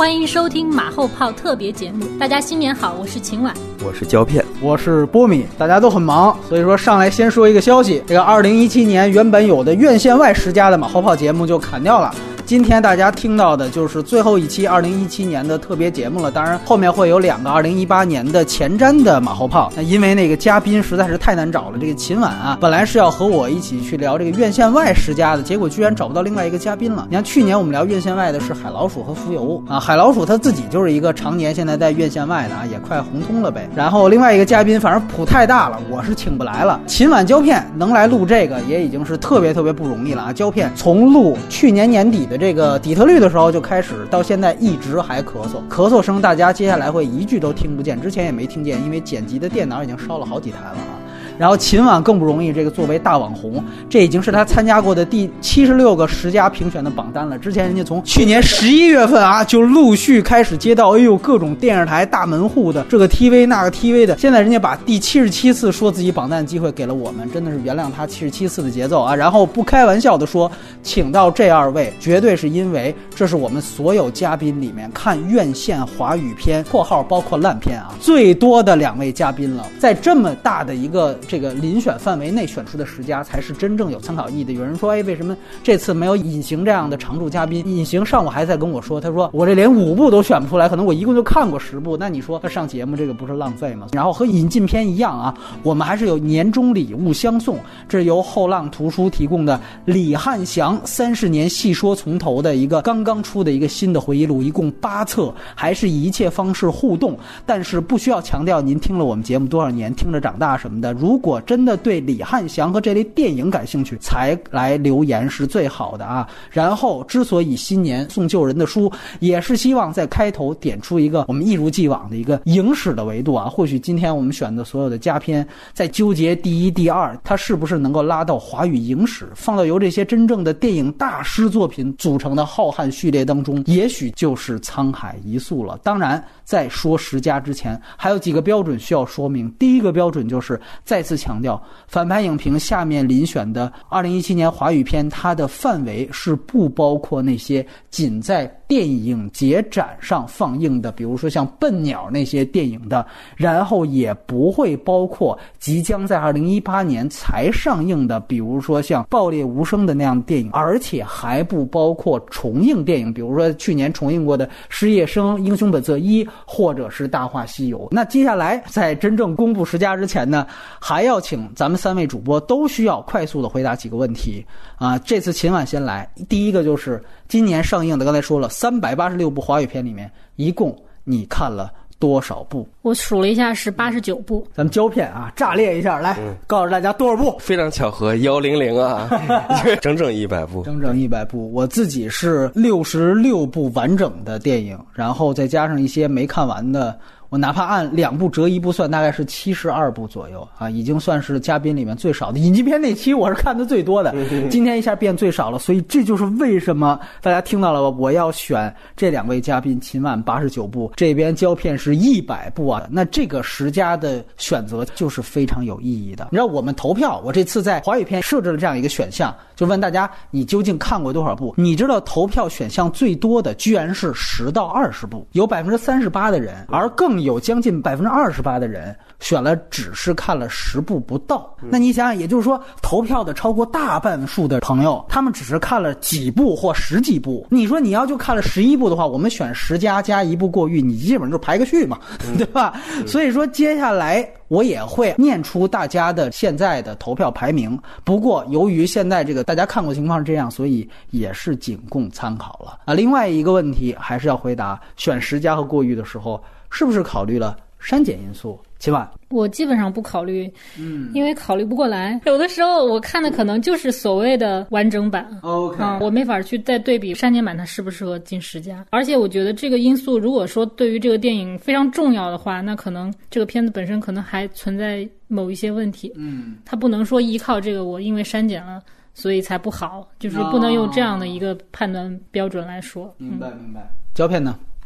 欢迎收听马后炮特别节目。大家新年好，我是秦晚， 我是胶片， 我是波米。大家都很忙，所以说上来先说一个消息，这个2017年原本有的院线外10家的马后炮节目就砍掉了。今天大家听到的就是最后一期2017年的特别节目了，当然后面会有2个2018年的前瞻的马后炮。那因为那个嘉宾实在是太难找了，这个秦晚啊，本来是要和我一起去聊这个院线外10家的，结果居然找不到另外一个嘉宾了。你看去年我们聊院线外的是海老鼠和浮游啊，海老鼠他自己就是一个常年现在在院线外的啊，也快红通了呗。然后另外一个嘉宾反正谱太大了，我是请不来了。秦晚胶片能来录这个也已经是特别不容易了啊。胶片从录去年年底的这个底特律的时候就开始，到现在一直还咳嗽声，大家接下来会一句都听不见，之前也没听见，因为剪辑的电脑已经烧了好几台了啊。然后秦晚更不容易，这个作为大网红，这已经是他参加过的第76个10佳评选的榜单了。之前人家从去年11月份啊，就陆续开始接到各种电视台大门户的这个 TV 那个 TV 的，现在人家把第77次说自己榜单机会给了我们，真的是原谅他77次的节奏啊。然后不开玩笑的说，请到这2位绝对是因为这是我们所有嘉宾里面看院线华语片（括号包括烂片啊）最多的2位嘉宾了。在这么大的一个这个遴选范围内选出的10家才是真正有参考意义的。有人说为什么这次没有隐形这样的常驻嘉宾？隐形上午还在跟我说，他说我这连5部都选不出来，可能我一共就看过10部，那你说他上节目这个不是浪费吗？然后和引进片一样啊，我们还是有年终礼物相送，这是由后浪图书提供的李汉祥30年细说从头的一个刚刚出的一个新的回忆录，一共8册，还是以一切方式互动，但是不需要强调您听了我们节目多少年，听着长大什么的。如果真的对李汉祥和这类电影感兴趣，才来留言是最好的啊。然后之所以新年送旧人的书，也是希望在开头点出一个我们一如既往的一个影史的维度啊。或许今天我们选的所有的佳片，在纠结第1、第2，它是不是能够拉到华语影史，放到由这些真正的电影大师作品组成的浩瀚序列当中，也许就是沧海一粟了。当然在说10家之前，还有几个标准需要说明。第一个标准就是再次强调，反派影评下面遴选的2017年华语片，它的范围是不包括那些仅在电影节展上放映的，比如说像笨鸟那些电影的，然后也不会包括即将在2018年才上映的，比如说像爆裂无声的那样的电影，而且还不包括重映电影，比如说去年重映过的失业生、英雄本色1或者是大话西游。那接下来在真正公布10家之前呢，还要请咱们3位主播都需要快速的回答几个问题啊。这次秦晚先来，第一个就是今年上映的，刚才说了386部华语片里面，一共你看了多少部？ 我数了一下是89部。 咱们胶片啊，炸裂一下，来告诉大家多少部？ 非常巧合100啊，整整100部， 整整100部。我自己是66部完整的电影，然后再加上一些没看完的。我哪怕按2部折1部算，大概是72部左右啊，已经算是嘉宾里面最少的。引进片那期我是看的最多的，今天一下变最少了，所以这就是为什么大家听到了吧？我要选这2位嘉宾，秦晚89部，这边胶片是100部啊。那这个10家的选择就是非常有意义的。你知道我们投票，我这次在华语片设置了这样一个选项，就问大家你究竟看过多少部？你知道投票选项最多的居然是10到20部，有38%的人，而更有将近28%的人选了只是看了10部不到。那你想想，也就是说投票的超过大半数的朋友，他们只是看了几部或10几部。你说你要就看了11部的话，我们选10家加1部过誉，你基本上就排个序嘛，对吧？所以说接下来我也会念出大家的现在的投票排名，不过由于现在这个大家看过情况是这样，所以也是仅供参考了啊。另外一个问题还是要回答，选10家和过誉的时候是不是考虑了删减因素？秦晚， 我基本上不考虑，因为考虑不过来。有的时候我看的可能就是所谓的完整版，OK，我没法去再对比删减版它适不适合进10家。而且我觉得这个因素，如果说对于这个电影非常重要的话，那可能这个片子本身可能还存在某一些问题，它不能说依靠这个我因为删减了所以才不好，就是不能用这样的一个判断标准来说。 明白。胶片呢？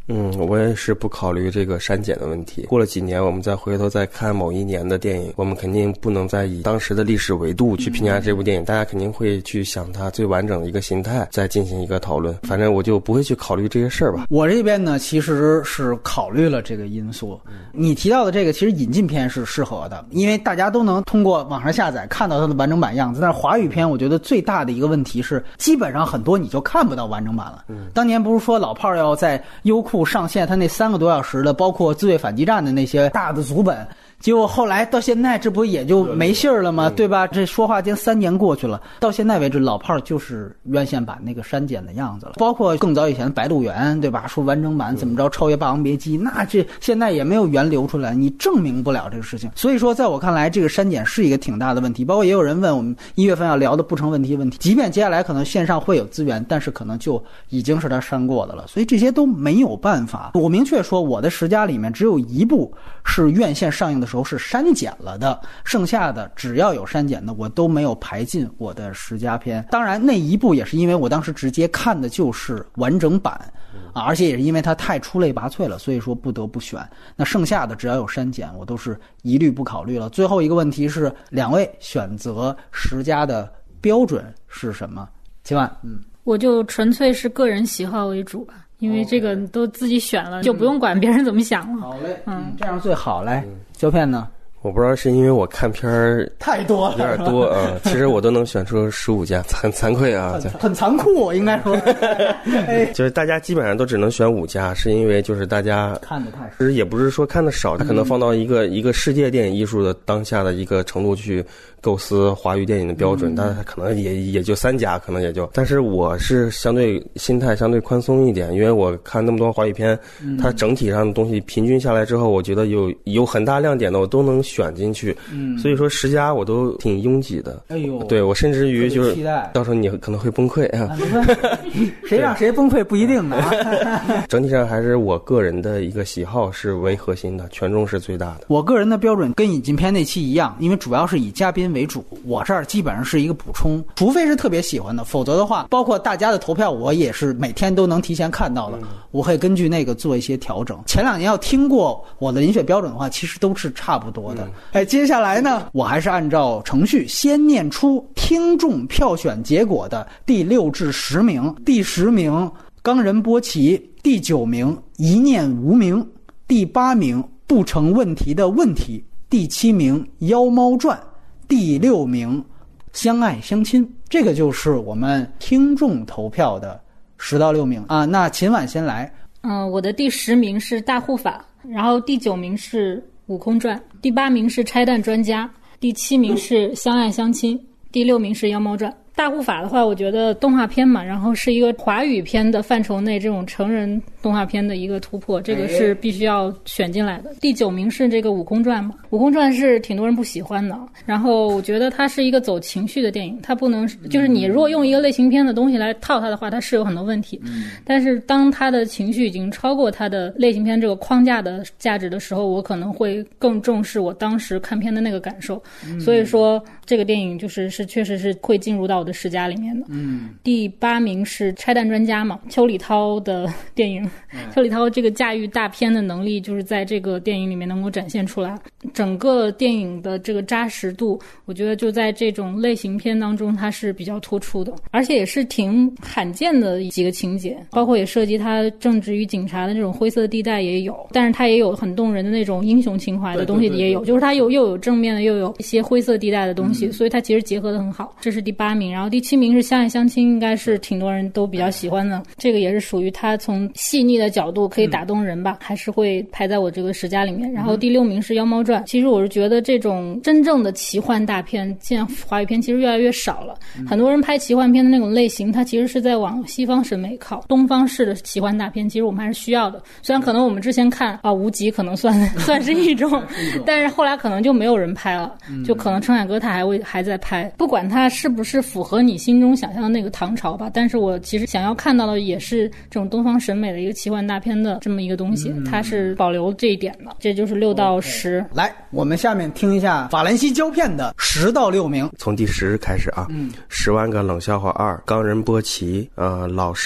我也是不考虑这个删减的问题。过了几年，我们再回头再看某一年的电影，我们肯定不能再以当时的历史维度去评价这部电影，大家肯定会去想它最完整的一个形态，再进行一个讨论。反正我就不会去考虑这些事儿吧。 我这边呢，其实是考虑了这个因素。你提到的这个，其实引进片是适合的，因为大家都能通过网上下载看到它的完整版样子。但是华语片，我觉得最大的一个问题是，基本上很多你就看不到完整版了。当年不是说老炮要在优酷上线他那3个多小时的，包括自卫反击战的那些大的组本，结果后来到现在这不也就没信儿了吗？对吧？这说话间3年过去了，到现在为止老炮就是院线版那个删减的样子了。包括更早以前的白鹿原，对吧？说完整版怎么着超越霸王别姬，那这现在也没有源流出来，你证明不了这个事情。所以说在我看来，这个删减是一个挺大的问题。包括也有人问我们1月份要聊的不成问题，即便接下来可能线上会有资源，但是可能就已经是他删过的了，所以这些都没有办法。我明确说，我的10佳里面只有1部是院线上映的时候是删减了的，剩下的只要有删减的我都没有排进我的10佳片。当然那1部也是因为我当时直接看的就是完整版而且也是因为它太出类拔萃了，所以说不得不选。那剩下的只要有删减我都是一律不考虑了。最后一个问题是2位选择10佳的标准是什么？秦万。 我就纯粹是个人喜好为主吧，因为这个都自己选了，就不用管别人怎么想了。 好嘞，这样最好。来，胶片呢？ 我不知道是因为我看片儿太多了， 有点多啊。其实我都能选出15家，很惭愧啊， 很残酷，应该说。 就是大家基本上都只能选5家，是因为就是大家看的太少， 其实也不是说看的少，它可能放到一个世界电影艺术的当下的一个程度去构思华语电影的标准，但是它可能也就3家，可能也就。但是我是心态相对宽松一点，因为我看那么多华语片，它整体上的东西平均下来之后，我觉得有很大亮点的我都能选进去，所以说10家我都挺拥挤的。哎呦，对，我甚至于就是到时候你可能会崩溃啊。 谁让谁崩溃不一定呢。 整体上还是我个人的一个喜好是为核心的，权重是最大的。 我个人的标准跟引进片那期一样，因为主要是以嘉宾为主，我这儿基本上是一个补充，除非是特别喜欢的，否则的话包括大家的投票我也是每天都能提前看到的，我会根据那个做一些调整。前2年要听过我的遴选标准的话，其实都是差不多的。接下来呢，我还是按照程序先念出听众票选结果的第6至10名。第10名冈仁波齐，第9名一念无名，第8名不成问题的问题，第7名妖猫传，第6名相爱相亲。这个就是我们听众投票的10到6名啊。那秦晚先来。 我的第10名是大护法，然后第9名是悟空传，第8名是拆弹专家，第7名是相爱相亲，第6名是妖猫传。大护法的话，我觉得动画片嘛，然后是一个华语片的范畴内这种成人动画片的一个突破，这个是必须要选进来的。第9名是这个悟空传嘛，悟空传是挺多人不喜欢的，然后我觉得它是一个走情绪的电影，它不能就是你如果用一个类型片的东西来套它的话，它是有很多问题，但是当它的情绪已经超过它的类型片这个框架的价值的时候，我可能会更重视我当时看片的那个感受，所以说这个电影就是确实是会进入到我的10佳里面的。第8名是拆弹专家嘛，邱礼涛的电影，邱礼涛这个驾驭大片的能力就是在这个电影里面能够展现出来，整个电影的这个扎实度我觉得就在这种类型片当中它是比较突出的，而且也是挺罕见的几个情节，包括也涉及他政治与警察的这种灰色地带也有，但是他也有很动人的那种英雄情怀的东西也有，就是他又有正面的又有一些灰色地带的东西，所以他其实结合得很好。这是第8名，然后第7名是相爱相亲，应该是挺多人都比较喜欢的，这个也是属于他从细腻的角度可以打动人吧，还是会排在我这个10佳里面。然后第6名是妖猫传，其实我是觉得这种真正的奇幻大片现在华语片其实越来越少了，很多人拍奇幻片的那种类型它其实是在往西方审美靠，东方式的奇幻大片其实我们还是需要的，虽然可能我们之前看无极可能算是一种但是后来可能就没有人拍了，就可能陈凯歌他还在拍，不管他是不是符合你心中想象的那个唐朝吧，但是我其实想要看到的也是这种东方审美的一个奇幻大片的这么一个东西，它是保留这一点的。这就是6到10。 来，我们下面听一下法兰西胶片的10到6名， 从第10开始啊。10万个冷笑话2，冈仁波齐，老兽，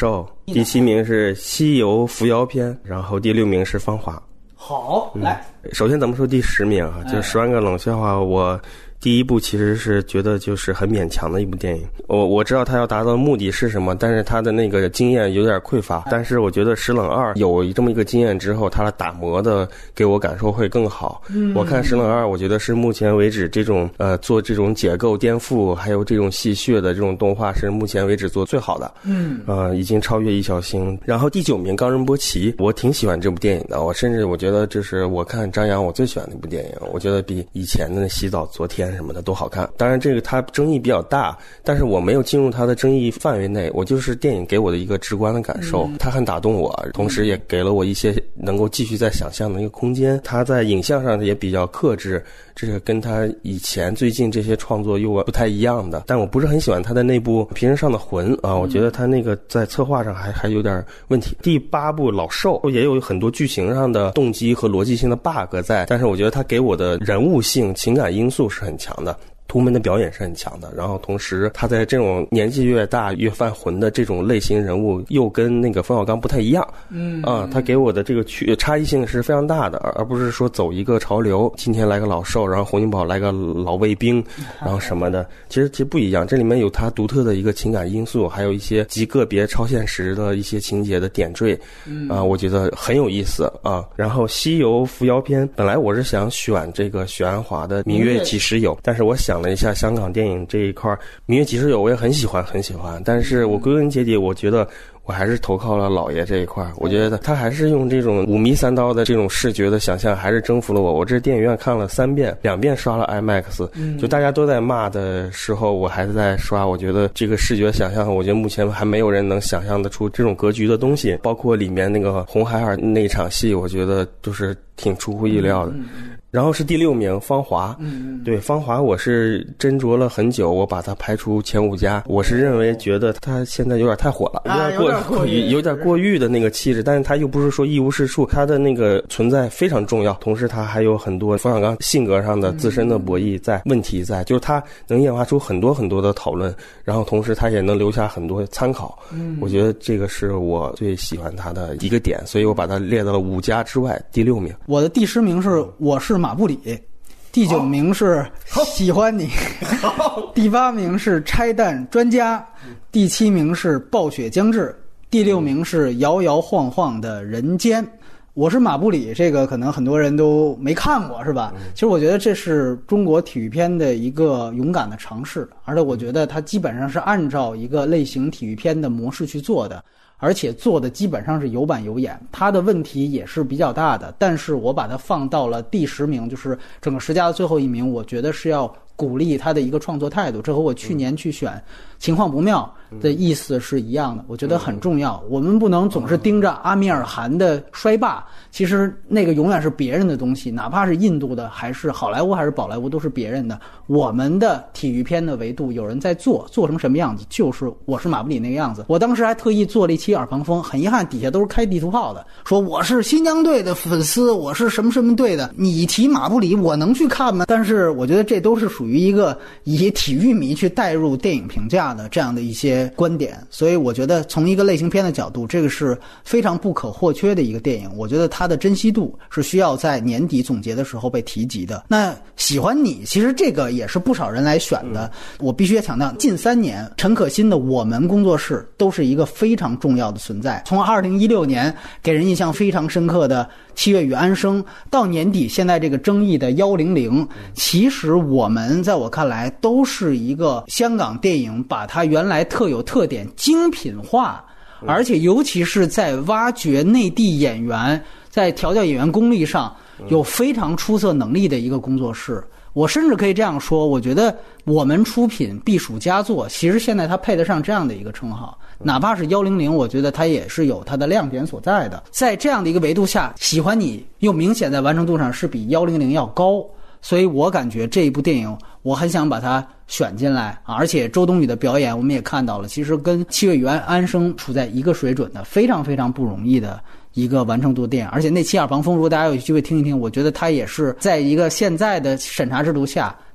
第7名是《西游伏妖篇》，然后第6名是《芳华》。 好，来， 首先咱们说第10名啊，就是10万个冷笑话，我第一部其实是觉得就是很勉强的一部电影。我知道他要达到的目的是什么，但是他的那个经验有点匮乏。但是我觉得石冷2有这么一个经验之后，他的打磨的给我感受会更好。我看石冷2，我觉得是目前为止这种做这种解构颠覆还有这种戏谑的这种动画是目前为止做最好的。已经超越易小星。然后第9名冈仁波齐，我挺喜欢这部电影的，我甚至我觉得这是我看张扬我最喜欢的一部电影，我觉得比以前的洗澡昨天什么的都好看。当然这个它争议比较大，但是我没有进入它的争议范围内，我就是电影给我的一个直观的感受，它很打动我，同时也给了我一些能够继续再想象的一个空间。它在影像上也比较克制，这是跟它以前最近这些创作又不太一样的。但我不是很喜欢它的那部《皮人上的魂》啊，我觉得它那个在策划上还有点问题。第8部老兽也有很多剧情上的动机和逻辑性的 bug 在，但是我觉得它给我的人物性情感因素是很强的，图们的表演是很强的，然后同时他在这种年纪越大越犯浑的这种类型人物又跟那个冯小刚不太一样。他给我的这个差异性是非常大的，而不是说走一个潮流，今天来个老兽，然后洪金宝来个老卫兵，然后什么的，其实不一样。这里面有他独特的一个情感因素，还有一些极个别超现实的一些情节的点缀，我觉得很有意思啊。然后西游伏妖篇，本来我是想选这个许鞍华的明月几时有，但是我想了一下香港电影这一块，明月几时有我也很喜欢，但是我归根结底我觉得我还是投靠了老爷这一块。我觉得他还是用这种五迷三刀的这种视觉的想象还是征服了我。我这电影院看了3遍，2遍刷了 IMAX，就大家都在骂的时候我还是在刷。我觉得这个视觉想象，我觉得目前还没有人能想象得出这种格局的东西，包括里面那个红孩儿那场戏，我觉得就是挺出乎意料的。然后是第6名芳华，对，芳华我是斟酌了很久，我把它排除前5家。我是认为觉得它现在有点太火了，有点过誉的那个气质，但是它又不是说一无是处，它的那个存在非常重要，同时它还有很多冯小刚性格上的自身的博弈在，问题在，就是它能引发出很多很多的讨论，然后同时它也能留下很多参考。我觉得这个是我最喜欢它的一个点，所以我把它列到了5家之外，第6名。 我的第10名是我是马布里，第9名是喜欢你，第8名是拆弹专家，第7名是暴雪将至，第6名是摇摇晃晃的人间。我是马布里，这个可能很多人都没看过是吧？其实我觉得这是中国体育片的一个勇敢的尝试，而且我觉得它基本上是按照一个类型体育片的模式去做的，而且做的基本上是有板有眼。它的问题也是比较大的，但是我把它放到了第10名，就是整个10家的最后1名，我觉得是要鼓励他的一个创作态度，这和我去年去选情况不妙的意思是一样的，我觉得很重要。我们不能总是盯着阿米尔汗的衰霸，其实那个永远是别人的东西，哪怕是印度的还是好莱坞还是宝莱坞都是别人的。我们的体育片的维度有人在做成什么样子，就是我是马布里那个样子。我当时还特意做了一期耳旁风，很遗憾底下都是开地图炮的，说我是新疆队的粉丝，我是什么什么队的，你提马布里我能去看吗？但是我觉得这都是属于一个以体育迷去带入电影评价的这样的一些观点，所以我觉得从一个类型片的角度，这个是非常不可或缺的一个电影。我觉得它的珍惜度是需要在年底总结的时候被提及的。那喜欢你，其实这个也是不少人来选的。我必须要强调，近3年陈可辛的我们工作室都是一个非常重要的存在。从2016年给人印象非常深刻的7月与安生，到年底现在这个争议的100，其实我们在我看来都是一个香港电影把它原来特有特点精品化，而且尤其是在挖掘内地演员，在调教演员功力上有非常出色能力的一个工作室。我甚至可以这样说，我觉得我们出品必属佳作，其实现在它配得上这样的一个称号。哪怕是100，我觉得它也是有它的亮点所在的。在这样的一个维度下，喜欢你又明显在完成度上是比100要高，所以我感觉这一部电影我很想把它选进来啊！而且周冬雨的表演我们也看到了，其实跟7月与安生处在一个水准的，非常非常不容易的一个完成度电影。而且那期耳旁风如果大家有机会听一听，我觉得它也是在一个现在的审查制度下，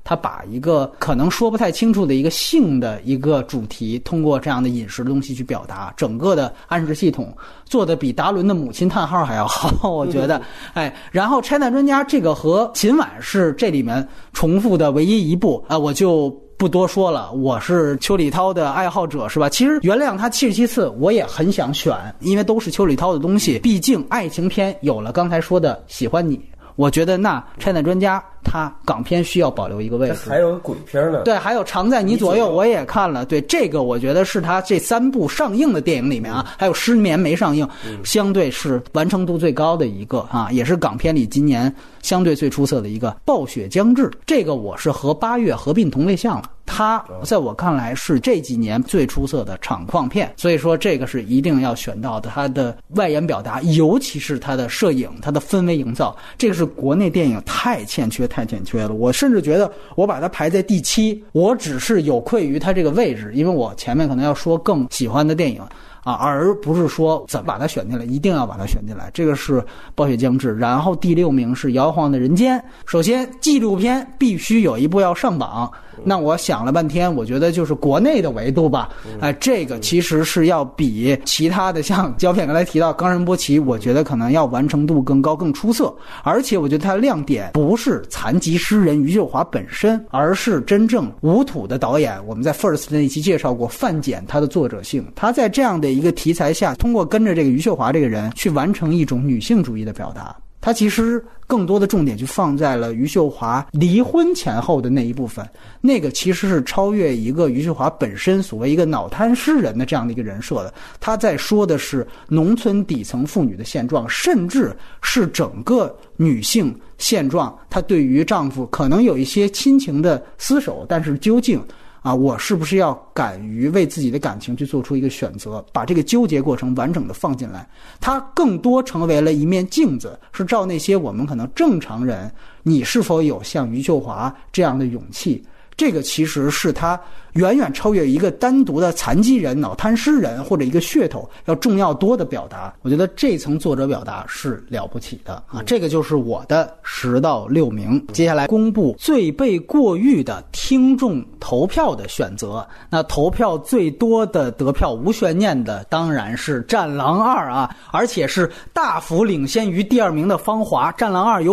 他把一个可能说不太清楚的一个性的一个主题，通过这样的饮食的东西去表达，整个的暗示系统做的比达伦的母亲叹号还要好，我觉得。然后拆弹专家这个和秦晚是这里面重复的唯一一部我就不多说了，我是邱礼涛的爱好者，是吧？其实原谅他77次我也很想选，因为都是邱礼涛的东西，毕竟爱情片有了刚才说的喜欢你，我觉得那拆弹专家它港片需要保留一个位置。 还有个鬼片呢， 对，还有常在你左右我也看了，对，这个我觉得是他这3部上映的电影里面还有失眠没上映，相对是完成度最高的一个也是港片里今年相对最出色的一个暴雪将至，这个我是和8月合并同类项了，它在我看来是这几年最出色的厂矿片，所以说这个是一定要选到的。它的外延表达，尤其是它的摄影，它的氛围营造，这个是国内电影太欠缺了。我甚至觉得我把它排在第7，我只是有愧于它这个位置，因为我前面可能要说更喜欢的电影而不是说怎么把它选进来，一定要把它选进来。这个是暴雪将至，然后第6名是摇晃的人间。首先纪录片必须有一部要上榜，那我想了半天，我觉得就是国内的维度吧，这个其实是要比其他的像胶片刚才提到冈仁波齐，我觉得可能要完成度更高更出色，而且我觉得它的亮点不是残疾诗人余秀华本身，而是真正无土的导演，我们在 First 那一期介绍过范简他的作者性，他在这样的一个题材下，通过跟着这个余秀华这个人去完成一种女性主义的表达，他其实更多的重点就放在了余秀华离婚前后的那一部分，那个其实是超越一个余秀华本身所谓一个脑瘫诗人的这样的一个人设的，他在说的是农村底层妇女的现状，甚至是整个女性现状，她对于丈夫可能有一些亲情的厮守，但是究竟我是不是要敢于为自己的感情去做出一个选择，把这个纠结过程完整的放进来，它更多成为了一面镜子，是照那些我们可能正常人，你是否有像余秀华这样的勇气，这个其实是他远远超越一个单独的残疾人、脑瘫诗人或者一个噱头要重要多的表达，我觉得这层作者表达是了不起的这个就是我的10到6名。接下来公布最被过誉的听众投票的选择，那投票最多的得票无悬念的当然是战狼2而且是大幅领先于第2名的芳华。战狼2有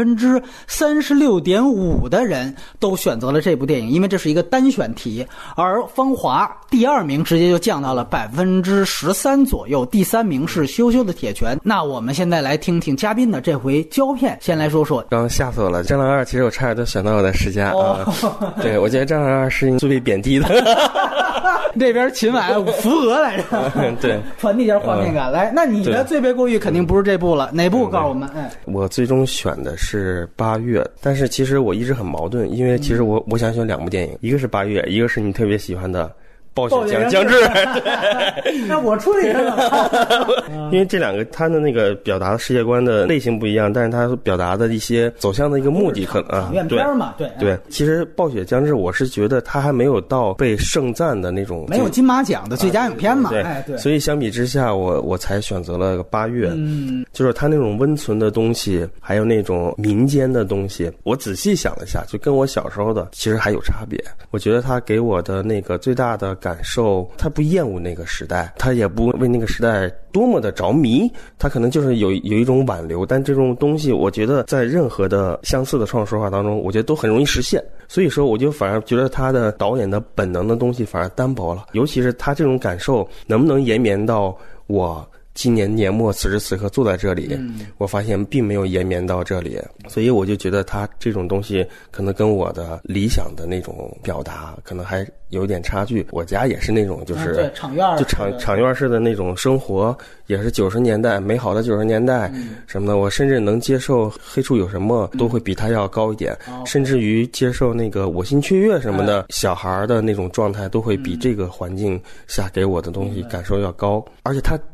36.5% 的人都选择了这部电影，因为这是一个单选题，而芳华第2名直接就降到了 13% 左右，第3名是羞羞的铁拳。那我们现在来听听嘉宾的这回胶片，先来说说。 刚刚吓死我了，战狼2其实我差点就选到我的10佳对，我觉得战狼2是最被贬低的这边秦晚扶额来着对， 传递一下画面感来。那你的最被过誉肯定不是这部了，哪部告诉我们我最终选的是8月，但是其实我一直很矛盾，因为其实我想选2部电影，一个是8月，一个是你特别喜欢的暴雪将至那我出这个了因为这两个它的那个表达的世界观的类型不一样，但是它表达的一些走向的一个目的可能对，其实暴雪将至我是觉得它还没有到被盛赞的那种， 没有金马奖的最佳影片嘛对，所以相比之下我才选择了8月就是它那种温存的东西还有那种民间的东西，我仔细想了一下，就跟我小时候的其实还有差别。我觉得它给我的那个最大的感受，他不厌恶那个时代，他也不为那个时代多么的着迷，他可能就是有一种挽留，但这种东西我觉得在任何的相似的创作手法当中，我觉得都很容易实现。所以说我就反而觉得他的导演的本能的东西反而单薄了，尤其是他这种感受能不能延绵到我今年年末此时此刻坐在这里我发现并没有延绵到这里，所以我就觉得他这种东西可能跟我的理想的那种表达可能还有点差距。我家也是那种就是对厂院就厂院式的那种生活，也是90年代美好的90年代什么的，我甚至能接受黑处有什么都会比他要高一点甚至于接受那个我心雀跃什么的小孩的那种状态都会比这个环境下给我的东西感受要高。而且他最主要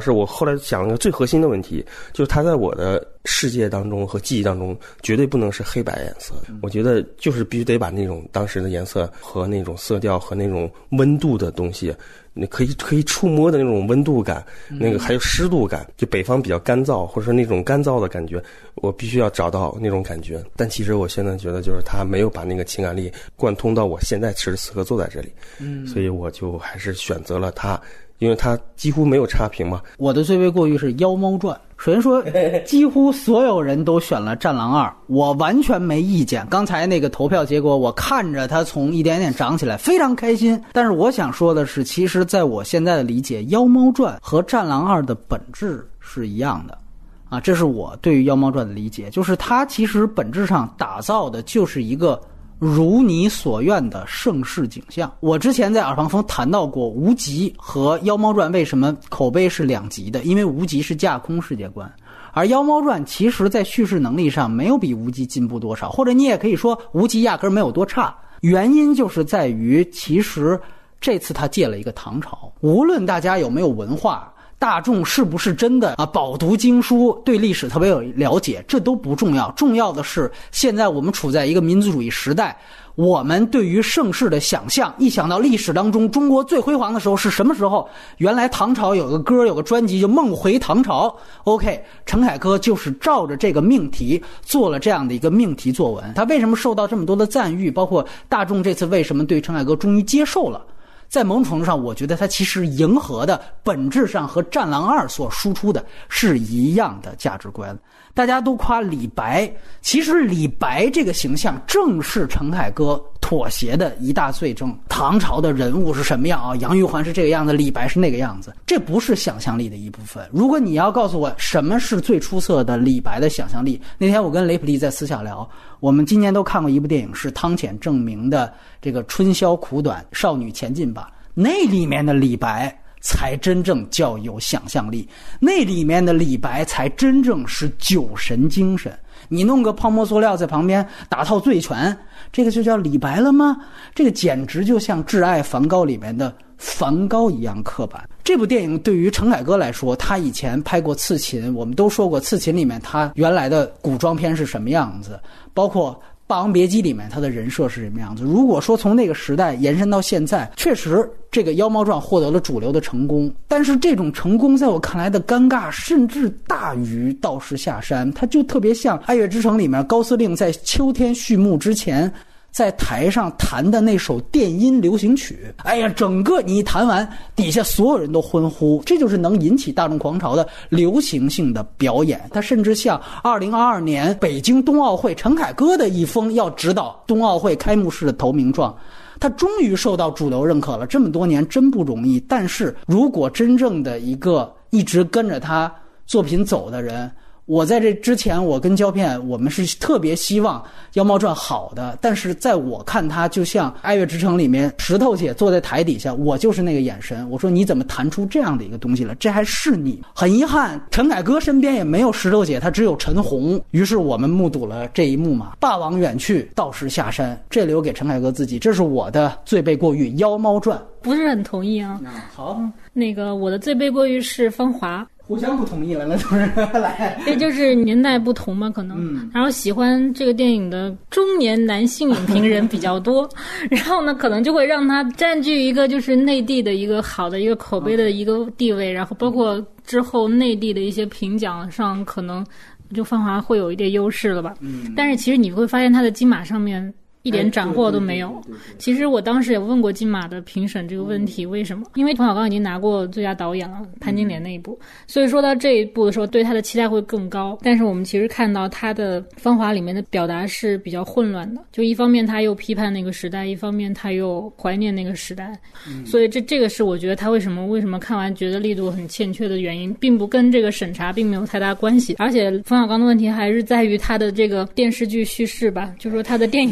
是我后来想了个最核心的问题，就是它在我的世界当中和记忆当中绝对不能是黑白颜色的。我觉得就是必须得把那种当时的颜色和那种色调和那种温度的东西，你可以触摸的那种温度感，那个还有湿度感，就北方比较干燥，或者说那种干燥的感觉，我必须要找到那种感觉。但其实我现在觉得就是他没有把那个情感力贯通到我现在此时此刻坐在这里，所以我就还是选择了他，因为它几乎没有差评嘛。 我的最为过于是《妖猫传》，首先说几乎所有人都选了《战狼2》，我完全没意见。刚才那个投票结果我看着它从一点点涨起来非常开心，但是我想说的是，其实在我现在的理解，《妖猫传》和《战狼2》的本质是一样的啊，这是我对于《妖猫传》的理解，就是它其实本质上打造的就是一个如你所愿的盛世景象。我之前在耳旁风谈到过无极和妖猫传为什么口碑是两极的，因为无极是架空世界观，而妖猫传其实在叙事能力上没有比无极进步多少，或者你也可以说无极压根没有多差。原因就是在于其实这次他借了一个唐朝，无论大家有没有文化，大众是不是真的饱读经书，对历史特别有了解，这都不重要，重要的是现在我们处在一个民族主义时代，我们对于盛世的想象，一想到历史当中中国最辉煌的时候是什么时候，原来唐朝有个歌有个专辑就梦回唐朝。 OK， 陈凯歌就是照着这个命题做了这样的一个命题作文。他为什么受到这么多的赞誉，包括大众这次为什么对陈凯歌终于接受了，在某种程度上我觉得它其实迎合的本质上和《战狼2》所输出的是一样的价值观。大家都夸李白，其实李白这个形象正是陈凯歌妥协的一大罪证。唐朝的人物是什么样啊？杨玉环是这个样子，李白是那个样子，这不是想象力的一部分。如果你要告诉我什么是最出色的李白的想象力，那天我跟雷普利在私下聊，我们今年都看过一部电影，是汤浅证明的这个春宵苦短少女前进吧，那里面的李白才真正较有想象力，那里面的李白才真正是酒神精神。你弄个泡沫塑料在旁边打套醉拳，这个就叫李白了吗？这个简直就像《挚爱梵高》里面的梵高一样刻板。这部电影对于陈凯歌来说，他以前拍过《刺秦》，我们都说过《刺秦》里面他原来的古装片是什么样子，包括霸王别姬里面他的人设是什么样子。如果说从那个时代延伸到现在，确实这个妖猫传获得了主流的成功，但是这种成功在我看来的尴尬甚至大于道士下山。它就特别像爱乐之城里面高司令在秋天序幕之前在台上弹的那首电音流行曲，哎呀，整个你一弹完底下所有人都欢呼，这就是能引起大众狂潮的流行性的表演。它甚至像2022年北京冬奥会陈凯歌的一封要指导冬奥会开幕式的投名状，他终于受到主流认可了，这么多年真不容易。但是如果真正的一个一直跟着他作品走的人，我在这之前我跟胶片我们是特别希望妖猫传好的，但是在我看他就像爱乐之城里面石头姐坐在台底下，我就是那个眼神，我说你怎么弹出这样的一个东西了，这还是你。很遗憾陈凯歌身边也没有石头姐，他只有陈红，于是我们目睹了这一幕嘛，霸王远去道士下山，这留给陈凯歌自己。这是我的最被过誉妖猫传。 不是很同意啊。 好， 那个我的最被过誉是芳华。 互相不同意了，那都是来， 这就是年代不同嘛，可能。然后喜欢这个电影的中年男性影评人比较多，然后呢，可能就会让他占据一个就是内地的一个好的一个口碑的一个地位，然后包括之后内地的一些评奖上，可能就芳华会有一点优势了吧。但是其实你会发现他的金马上面一点斩获都没有。其实我当时也问过金马的评审这个问题，为什么？因为冯小刚已经拿过最佳导演了，潘金莲那一部，所以说到这一部的时候，对他的期待会更高。但是我们其实看到他的《芳华》里面的表达是比较混乱的，就一方面他又批判那个时代，一方面他又怀念那个时代，所以这个是我觉得他为什么看完觉得力度很欠缺的原因，并不跟这个审查并没有太大关系。而且冯小刚的问题还是在于他的这个电视剧叙事吧，就说他的电影感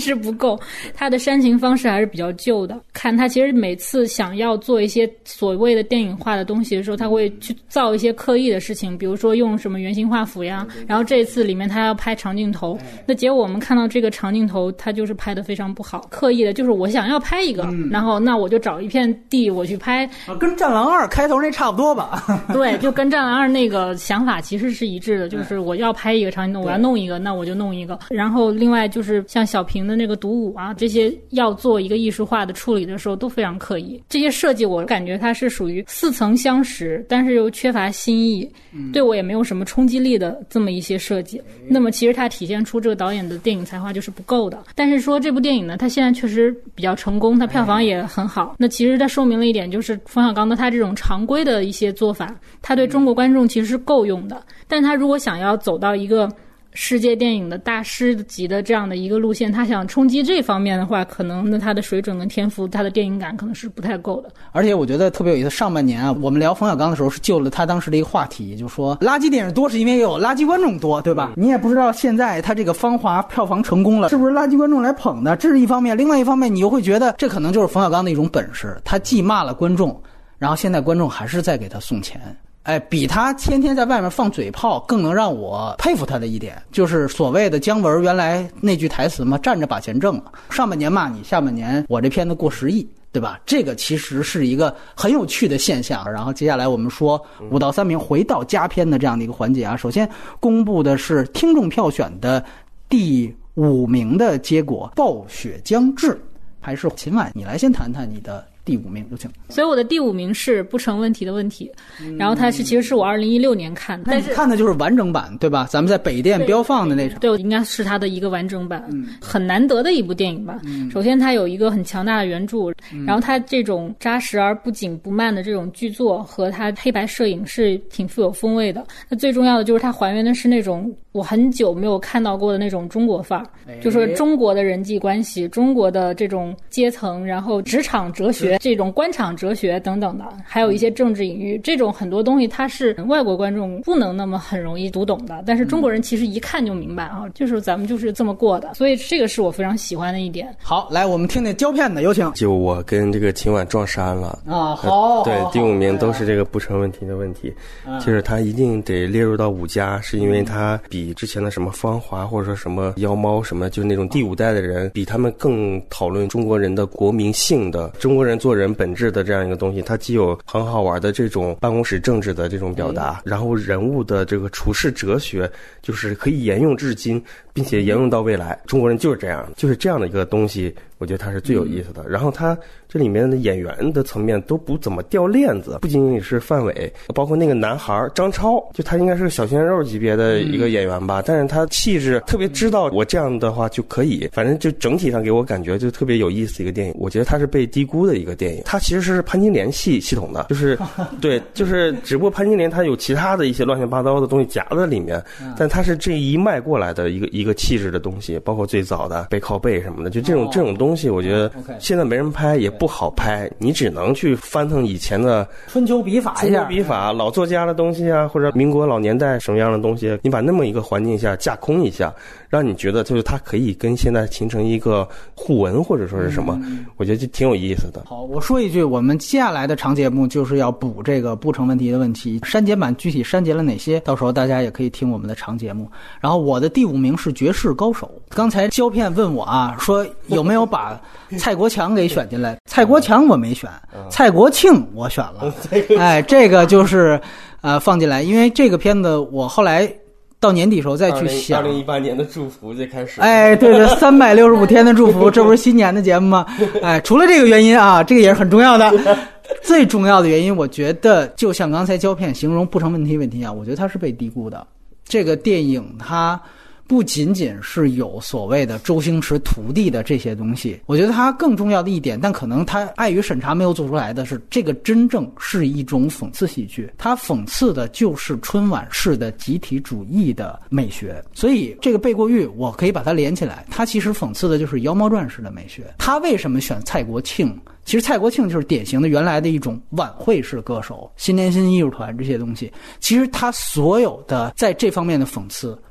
实不够，他的煽情方式还是比较旧的。看他其实每次想要做一些所谓的电影化的东西的时候，他会去造一些刻意的事情，比如说用什么原型画幅呀，然后这一次里面他要拍长镜头，那结果我们看到这个长镜头他就是拍得非常不好，刻意的就是我想要拍一个，然后那我就找一片地我去拍， 跟战狼2开头那差不多吧。 对，就跟战狼2那个想法其实是一致的，就是我要拍一个长镜头，我要弄一个，那我就弄一个。然后另外就是像小平的那个独舞啊，这些要做一个艺术化的处理的时候都非常刻意。这些设计我感觉它是属于似曾相识，但是又缺乏新意，对我也没有什么冲击力的这么一些设计。那么其实它体现出这个导演的电影才华就是不够的。但是说这部电影呢，它现在确实比较成功，它票房也很好。那其实它说明了一点，就是冯小刚的他这种常规的一些做法，他对中国观众其实是够用的。但他如果想要走到一个世界电影的大师级的这样的一个路线，他想冲击这方面的话，可能那他的水准跟天赋，他的电影感可能是不太够的。 而且我觉得特别有意思，上半年啊，我们聊冯小刚的时候是就了他当时的一个话题，就说垃圾电影多是因为有垃圾观众多，对吧？你也不知道现在他这个芳华票房成功了，是不是垃圾观众来捧的？这是一方面，另外一方面你又会觉得这可能就是冯小刚的一种本事，他既骂了观众，然后现在观众还是在给他送钱。比他天天在外面放嘴炮更能让我佩服他的一点，就是所谓的姜文原来那句台词嘛，站着把钱挣了，上半年骂你，下半年我这片子过10亿，对吧？这个其实是一个很有趣的现象。然后接下来我们说5到3名回到佳片的这样的一个环节啊，首先公布的是听众票选的第5名的结果，暴雪将至。还是秦晚你来先谈谈你的第5名就行。 所以我的第5名是不成问题的问题，然后它其实是我2016年看的， 但是看的就是完整版对吧？咱们在北电标放的那场， 对，应该是它的一个完整版，很难得的一部电影吧。首先它有一个很强大的原著，然后它这种扎实而不紧不慢的这种剧作和它黑白摄影是挺富有风味的。那最重要的就是它还原的是那种我很久没有看到过的那种中国范儿，就是中国的人际关系，中国的这种阶层，然后职场哲学，这种官场哲学等等的，还有一些政治隐喻，这种很多东西它是外国观众不能那么很容易读懂的，但是中国人其实一看就明白啊，就是咱们就是这么过的，所以这个是我非常喜欢的一点。 好，来我们听听胶片的，有请。 就我跟这个秦晚撞衫了啊！好， 对，第5名都是这个不成问题的问题，就是他一定得列入到5家，是因为他比之前的什么芳华或者说什么妖猫什么，就是那种第5代的人，比他们更讨论中国人的国民性的中国人做人本质的这样一个东西。它既有很好玩的这种办公室政治的这种表达，然后人物的这个处世哲学就是可以沿用至今，并且沿用到未来。中国人就是这样，就是这样的一个东西，我觉得它是最有意思的。然后它这里面的演员的层面都不怎么掉链子，不仅仅是范伟，包括那个男孩张超，就他应该是个小鲜肉级别的一个演员吧，但是他气质特别知道我这样的话就可以，反正就整体上给我感觉就特别有意思的一个电影。我觉得它是被低估的一个电影，它其实是潘金莲系统的，就是对，就是只不过潘金莲它有其他的一些乱七八糟的东西夹在里面，但它是这一脉过来的一个气质的东西，包括最早的背靠背什么的，就这种东西，我觉得现在没人拍也不好拍，你只能去翻腾以前的春秋笔法一下， 老作家的东西啊，或者民国老年代什么样的东西，你把那么一个环境下架空一下，让你觉得就是它可以跟现在形成一个互文或者说是什么，我觉得就挺有意思的。 好，我说一句，我们接下来的长节目就是要补这个不成问题的问题，删减版具体删减了哪些，到时候大家也可以听我们的长节目。然后我的第5名是绝世高手。刚才胶片问我啊，说有没有把蔡国强给选进来，蔡国强我没选，蔡国庆我选了。这个就是放进来，因为这个片子我后来到年底时候再去想 2018年的祝福就开始， 对365天的祝福，这不是新年的节目吗？除了这个原因啊，这个也是很重要的。最重要的原因，我觉得就像刚才胶片形容不成问题啊，我觉得它是被低估的。这个电影它不仅仅是有所谓的周星驰徒弟的这些东西，我觉得它更重要的一点，但可能它碍于审查没有做出来的是，这个真正是一种讽刺喜剧，它讽刺的就是春晚式的集体主义的美学。所以这个背过誉我可以把它连起来，它其实讽刺的就是妖猫传式的美学。他为什么选蔡国庆？其实蔡国庆就是典型的原来的一种晚会式歌手，新年新艺术团这些东西，其实他所有的在这方面的讽刺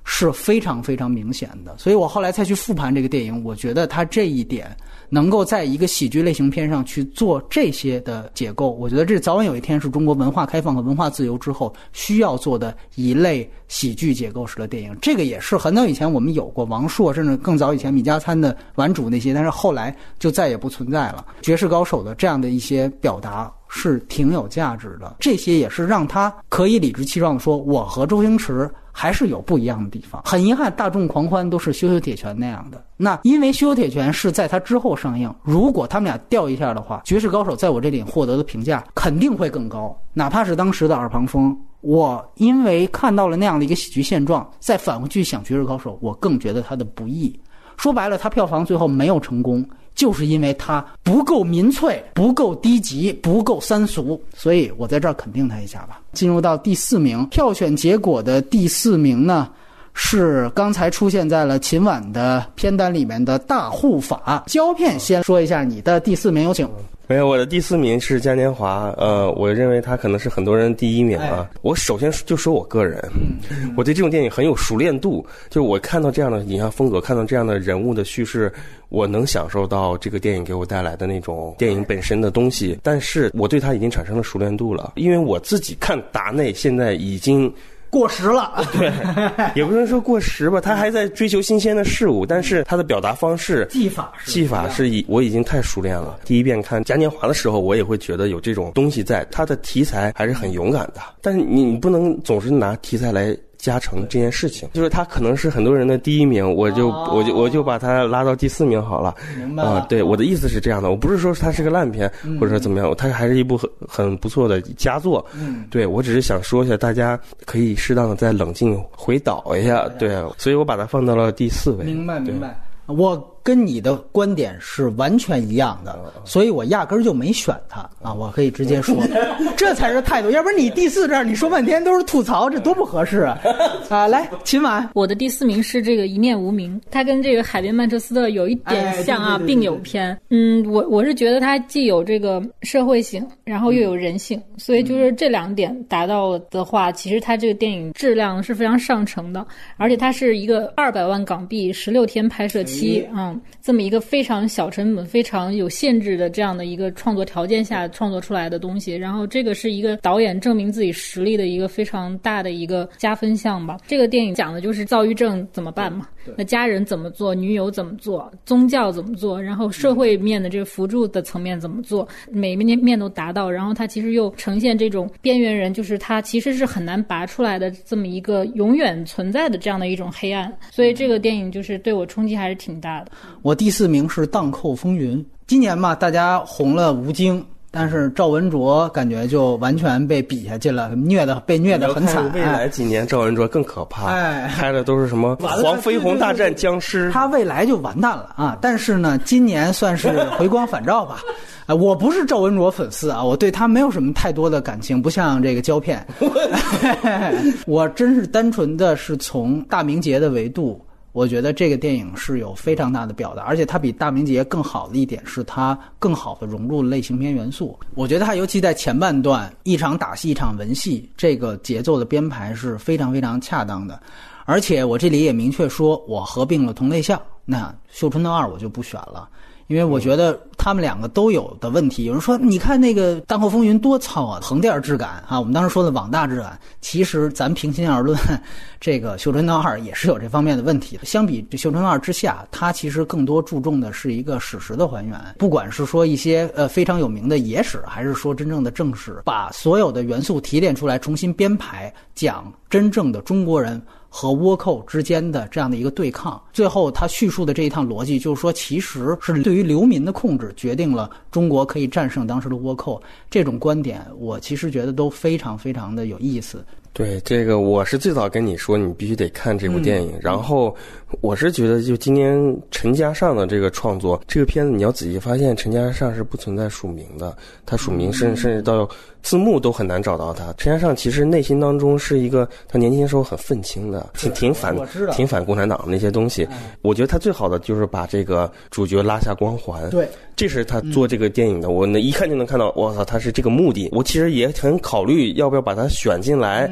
是非常非常明显的。所以我后来再去复盘这个电影，我觉得它这一点能够在一个喜剧类型片上去做这些的解构，我觉得这早晚有一天是中国文化开放和文化自由之后需要做的一类喜剧解构式的电影。这个也是很早以前我们有过，王朔甚至更早以前米家餐的顽主那些，但是后来就再也不存在了。绝世高手的这样的一些表达是挺有价值的，这些也是让他可以理直气壮地说我和周星驰还是有不一样的地方。很遗憾大众狂欢都是羞羞铁拳那样的，那因为羞羞铁拳是在他之后上映，如果他们俩调一下的话，绝世高手在我这里获得的评价肯定会更高。哪怕是当时的耳旁风，我因为看到了那样的一个喜剧现状，再返回去想绝世高手，我更觉得他的不易。说白了，他票房最后没有成功，就是因为它不够民粹，不够低级，不够三俗，所以我在这儿肯定他一下吧。进入到第4名，票选结果的第4名呢，是刚才出现在了秦晚的片单里面的大护法。胶片先说一下你的第4名，有请。 没有，我的第4名是嘉年华，我认为他可能是很多人第1名啊。我首先就说我个人，我对这种电影很有熟练度，就是我看到这样的影像风格，看到这样的人物的叙事，我能享受到这个电影给我带来的那种电影本身的东西，但是我对它已经产生了熟练度了，因为我自己看达内现在已经过时了。 对，也不能说过时吧，他还在追求新鲜的事物，但是他的表达方式技法是我已经太熟练了。第一遍看嘉年华的时候，我也会觉得有这种东西在，他的题材还是很勇敢的，但是你不能总是拿题材来加成这件事情，就是他可能是很多人的第1名，我就把他拉到第4名好了。 明白了。 对，我的意思是这样的，我不是说它是个烂片，或者说怎么样，它还是一部很不错的佳作。对，我只是想说一下，大家可以适当的再冷静回导一下。对，所以我把它放到了第4位。 明白。我跟你的观点是完全一样的，所以我压根儿就没选它啊！我可以直接说，这才是态度，要不然你第4这儿你说半天都是吐槽，这多不合适啊！啊，来，秦晚， 我的第4名是这个《一念无名》，它跟这个《海边曼彻斯特》有一点像啊，并有偏。我是觉得它既有这个社会性，然后又有人性，所以就是这2点达到的话，其实它这个电影质量是非常上乘的，而且它是一个200万港币16天拍摄期，这么一个非常小成本、非常有限制的这样的一个创作条件下创作出来的东西，然后这个是一个导演证明自己实力的一个非常大的一个加分项吧。这个电影讲的就是躁郁症怎么办嘛，那家人怎么做，女友怎么做，宗教怎么做，然后社会面的这个辅助的层面怎么做，每面都达到，然后它其实又呈现这种边缘人，就是他其实是很难拔出来的这么一个永远存在的这样的一种黑暗，所以这个电影就是对我冲击还是挺大的。 我第4名是《荡寇风云》。今年嘛，大家红了吴京，但是赵文卓感觉就完全被比下去了，被虐得很惨。 未来几年赵文卓更可怕，拍的都是什么黄飞鸿大战僵尸， 他未来就完蛋了啊！但是呢，今年算是回光返照吧。我不是赵文卓粉丝啊，我对他没有什么太多的感情，不像这个胶片。我真是单纯的是从大明节的维度，我觉得这个电影是有非常大的表达，而且它比大明节更好的一点是它更好的融入了类型片元素。我觉得它尤其在前半段一场打戏一场文戏，这个节奏的编排是非常非常恰当的。而且我这里也明确说，我合并了同类项，那绣春刀2我就不选了，因为我觉得他们2个都有的问题。有人说你看那个《荡寇风云》多糙啊，横店质感啊，我们当时说的网大质感，其实咱平心而论，这个《绣春刀2》也是有这方面的问题的。相比《绣春刀2》之下，它其实更多注重的是一个史实的还原，不管是说一些非常有名的野史，还是说真正的正史，把所有的元素提炼出来，重新编排，讲真正的中国人和倭寇之间的这样的一个对抗。最后他叙述的这一趟逻辑就是说，其实是对于流民的控制决定了中国可以战胜当时的倭寇。这种观点我其实觉得都非常非常的有意思。 对，这个我是最早跟你说你必须得看这部电影，然后我是觉得就今年陈嘉上的这个创作，这个片子你要仔细发现陈嘉上是不存在署名的，他署名甚至到字幕都很难找到他。陈嘉上其实内心当中是一个他年轻时候很愤青的，挺反共产党的那些东西。我觉得他最好的就是把这个主角拉下光环， 对， 这是他做这个电影的。我一看就能看到，我操，他是这个目的。我其实也很考虑要不要把他选进来，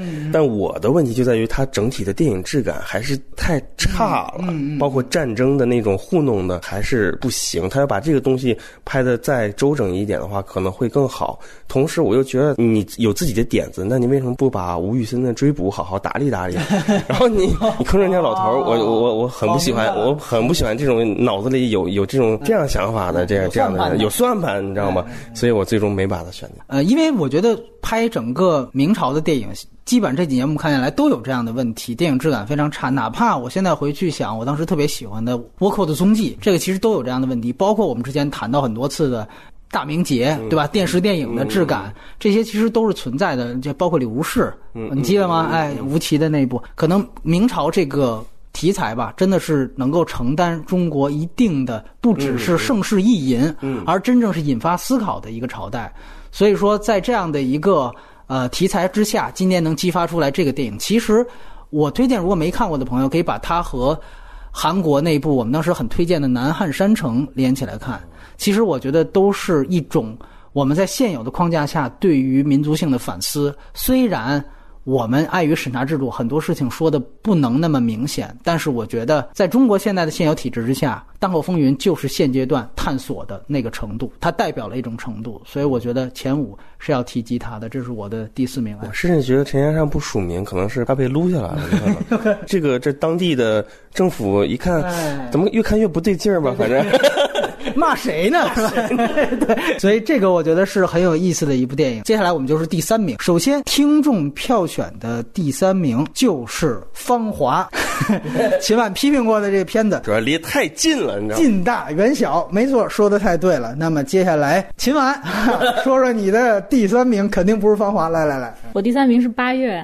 但我的问题就在于它整体的电影质感还是太差了，包括战争的那种糊弄的还是不行。他要把这个东西拍得再周整一点的话，可能会更好。同时我又觉得你有自己的点子，那你为什么不把吴宇森的追捕好好打理打理？然后你坑人家老头，我很不喜欢，我很不喜欢这种脑子里有这样想法的这样的人，有算盘，你知道吗？所以我最终没把它选进。 因为我觉得拍整个明朝的电影，基本上这几年我们看下来都有这样的问题，电影质感非常差。哪怕我现在回去想，我当时特别喜欢的《倭寇的踪迹》，这个其实都有这样的问题。包括我们之前谈到很多次的大明节，对吧？电视电影的质感，这些其实都是存在的。就包括李吴氏，你记得吗？吴奇的那一部，可能明朝这个题材吧，真的是能够承担中国一定的，不只是盛世意淫，而真正是引发思考的一个朝代。所以说，在这样的一个题材之下，今年能激发出来这个电影，其实我推荐，如果没看过的朋友，可以把它和韩国那部我们当时很推荐的《南汉山城》连起来看。其实我觉得都是一种我们在现有的框架下对于民族性的反思。虽然我们碍于审查制度，很多事情说的不能那么明显，但是我觉得在中国现在的现有体制之下，《荡寇风云》就是现阶段探索的那个程度，它代表了一种程度，所以我觉得前5是要提及它的，这是我的第4名。 我甚至觉得陈先生不署名，可能是他被撸下来了。这当地的政府一看，怎么越看越不对劲儿吧？反正骂谁呢？对，所以这个我觉得是很有意思的一部电影。接下来我们就是第3名。首先，听众票选的第3名就是《芳华》，秦晚批评过的这个片子， 主要离得太近了，你知道吗？ 近大远小，没错，说的太对了。那么接下来，秦晚说说你的第3名，肯定不是《芳华》。来， 我第3名是8月。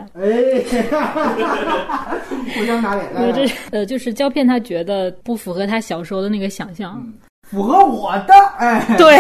互相打脸。 就是胶片，他觉得不符合他小时候的那个想象。 符合我的， 对。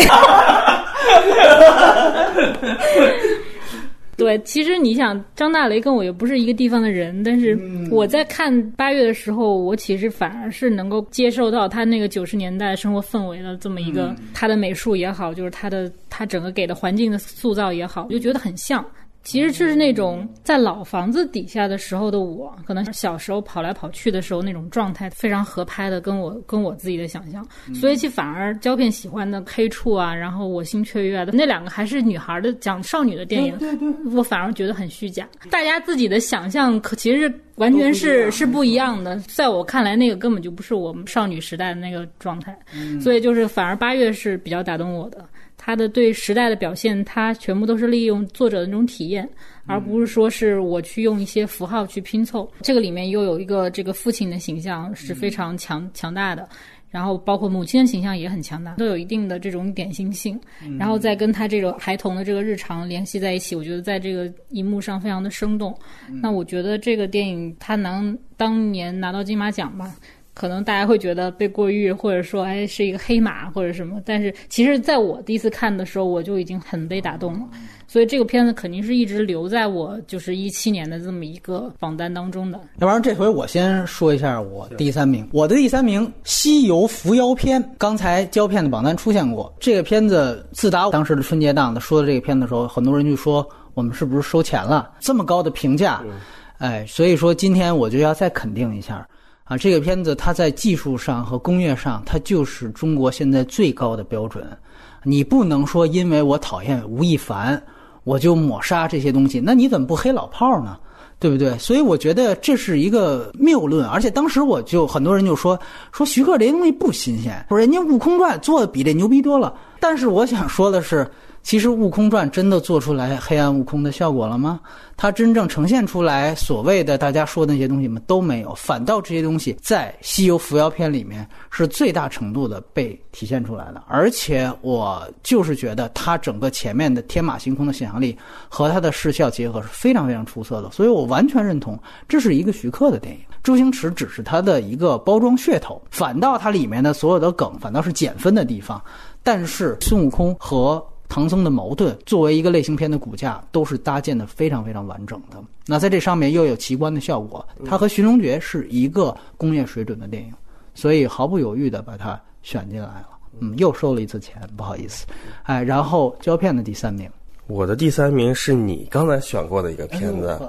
对，其实你想，张大雷跟我又不是一个地方的人，但是我在看8月的时候，我其实反而是能够接受到他那个90年代生活氛围的这么一个，他的美术也好，就是他整个给的环境的塑造也好，我就觉得很像。其实就是那种在老房子底下的时候的我，可能小时候跑来跑去的时候那种状态非常合拍的，跟我自己的想象，所以其反而胶片喜欢的黑处啊，然后我心雀跃的那2个还是女孩的讲少女的电影，对，我反而觉得很虚假，大家自己的想象其实完全是不一样的，在我看来那个根本就不是我们少女时代的那个状态，所以就是反而8月是比较打动我的。他的对时代的表现，他全部都是利用作者的那种体验，而不是说是我去用一些符号去拼凑。这个里面又有一个这个父亲的形象是非常强大的，然后包括母亲的形象也很强大，都有一定的这种典型性，然后再跟他这个孩童的这个日常联系在一起，我觉得在这个荧幕上非常的生动。那我觉得这个电影它能当年拿到金马奖吧，可能大家会觉得被过誉，或者说是一个黑马或者什么，但是其实在我第一次看的时候，我就已经很被打动了，所以这个片子肯定是一直留在我就是17年的这么一个榜单当中的。 要不然这回我先说一下我第3名。我的第3名《西游伏妖篇》，刚才胶片的榜单出现过。这个片子自打当时的春节档的说的这个片子的时候，很多人就说我们是不是收钱了，这么高的评价，所以说今天我就要再肯定一下啊，这个片子它在技术上和工业上，它就是中国现在最高的标准。你不能说因为我讨厌吴亦凡，我就抹杀这些东西，那你怎么不黑老炮呢？对不对？所以我觉得这是一个谬论。而且当时很多人就说徐克这些东西不新鲜，说人家《悟空传》做的比这牛逼多了。但是我想说的是，其实《悟空传》真的做出来黑暗悟空的效果了吗？它真正呈现出来所谓的大家说的那些东西吗？都没有，反倒这些东西在《西游伏妖篇》里面是最大程度的被体现出来的。而且我就是觉得它整个前面的天马行空的想象力和它的视效结合是非常非常出色的，所以我完全认同这是一个徐克的电影。周星驰只是它的一个包装噱头，反倒它里面的所有的梗反倒是减分的地方。但是孙悟空和唐僧的矛盾作为一个类型片的骨架都是搭建的非常非常完整的。那在这上面又有奇观的效果，它和寻龙诀是一个工业水准的电影，所以毫不犹豫的把它选进来了。又收了一次钱，不好意思。然后胶片的第3名， 我的第3名是你刚才选过的一个片子，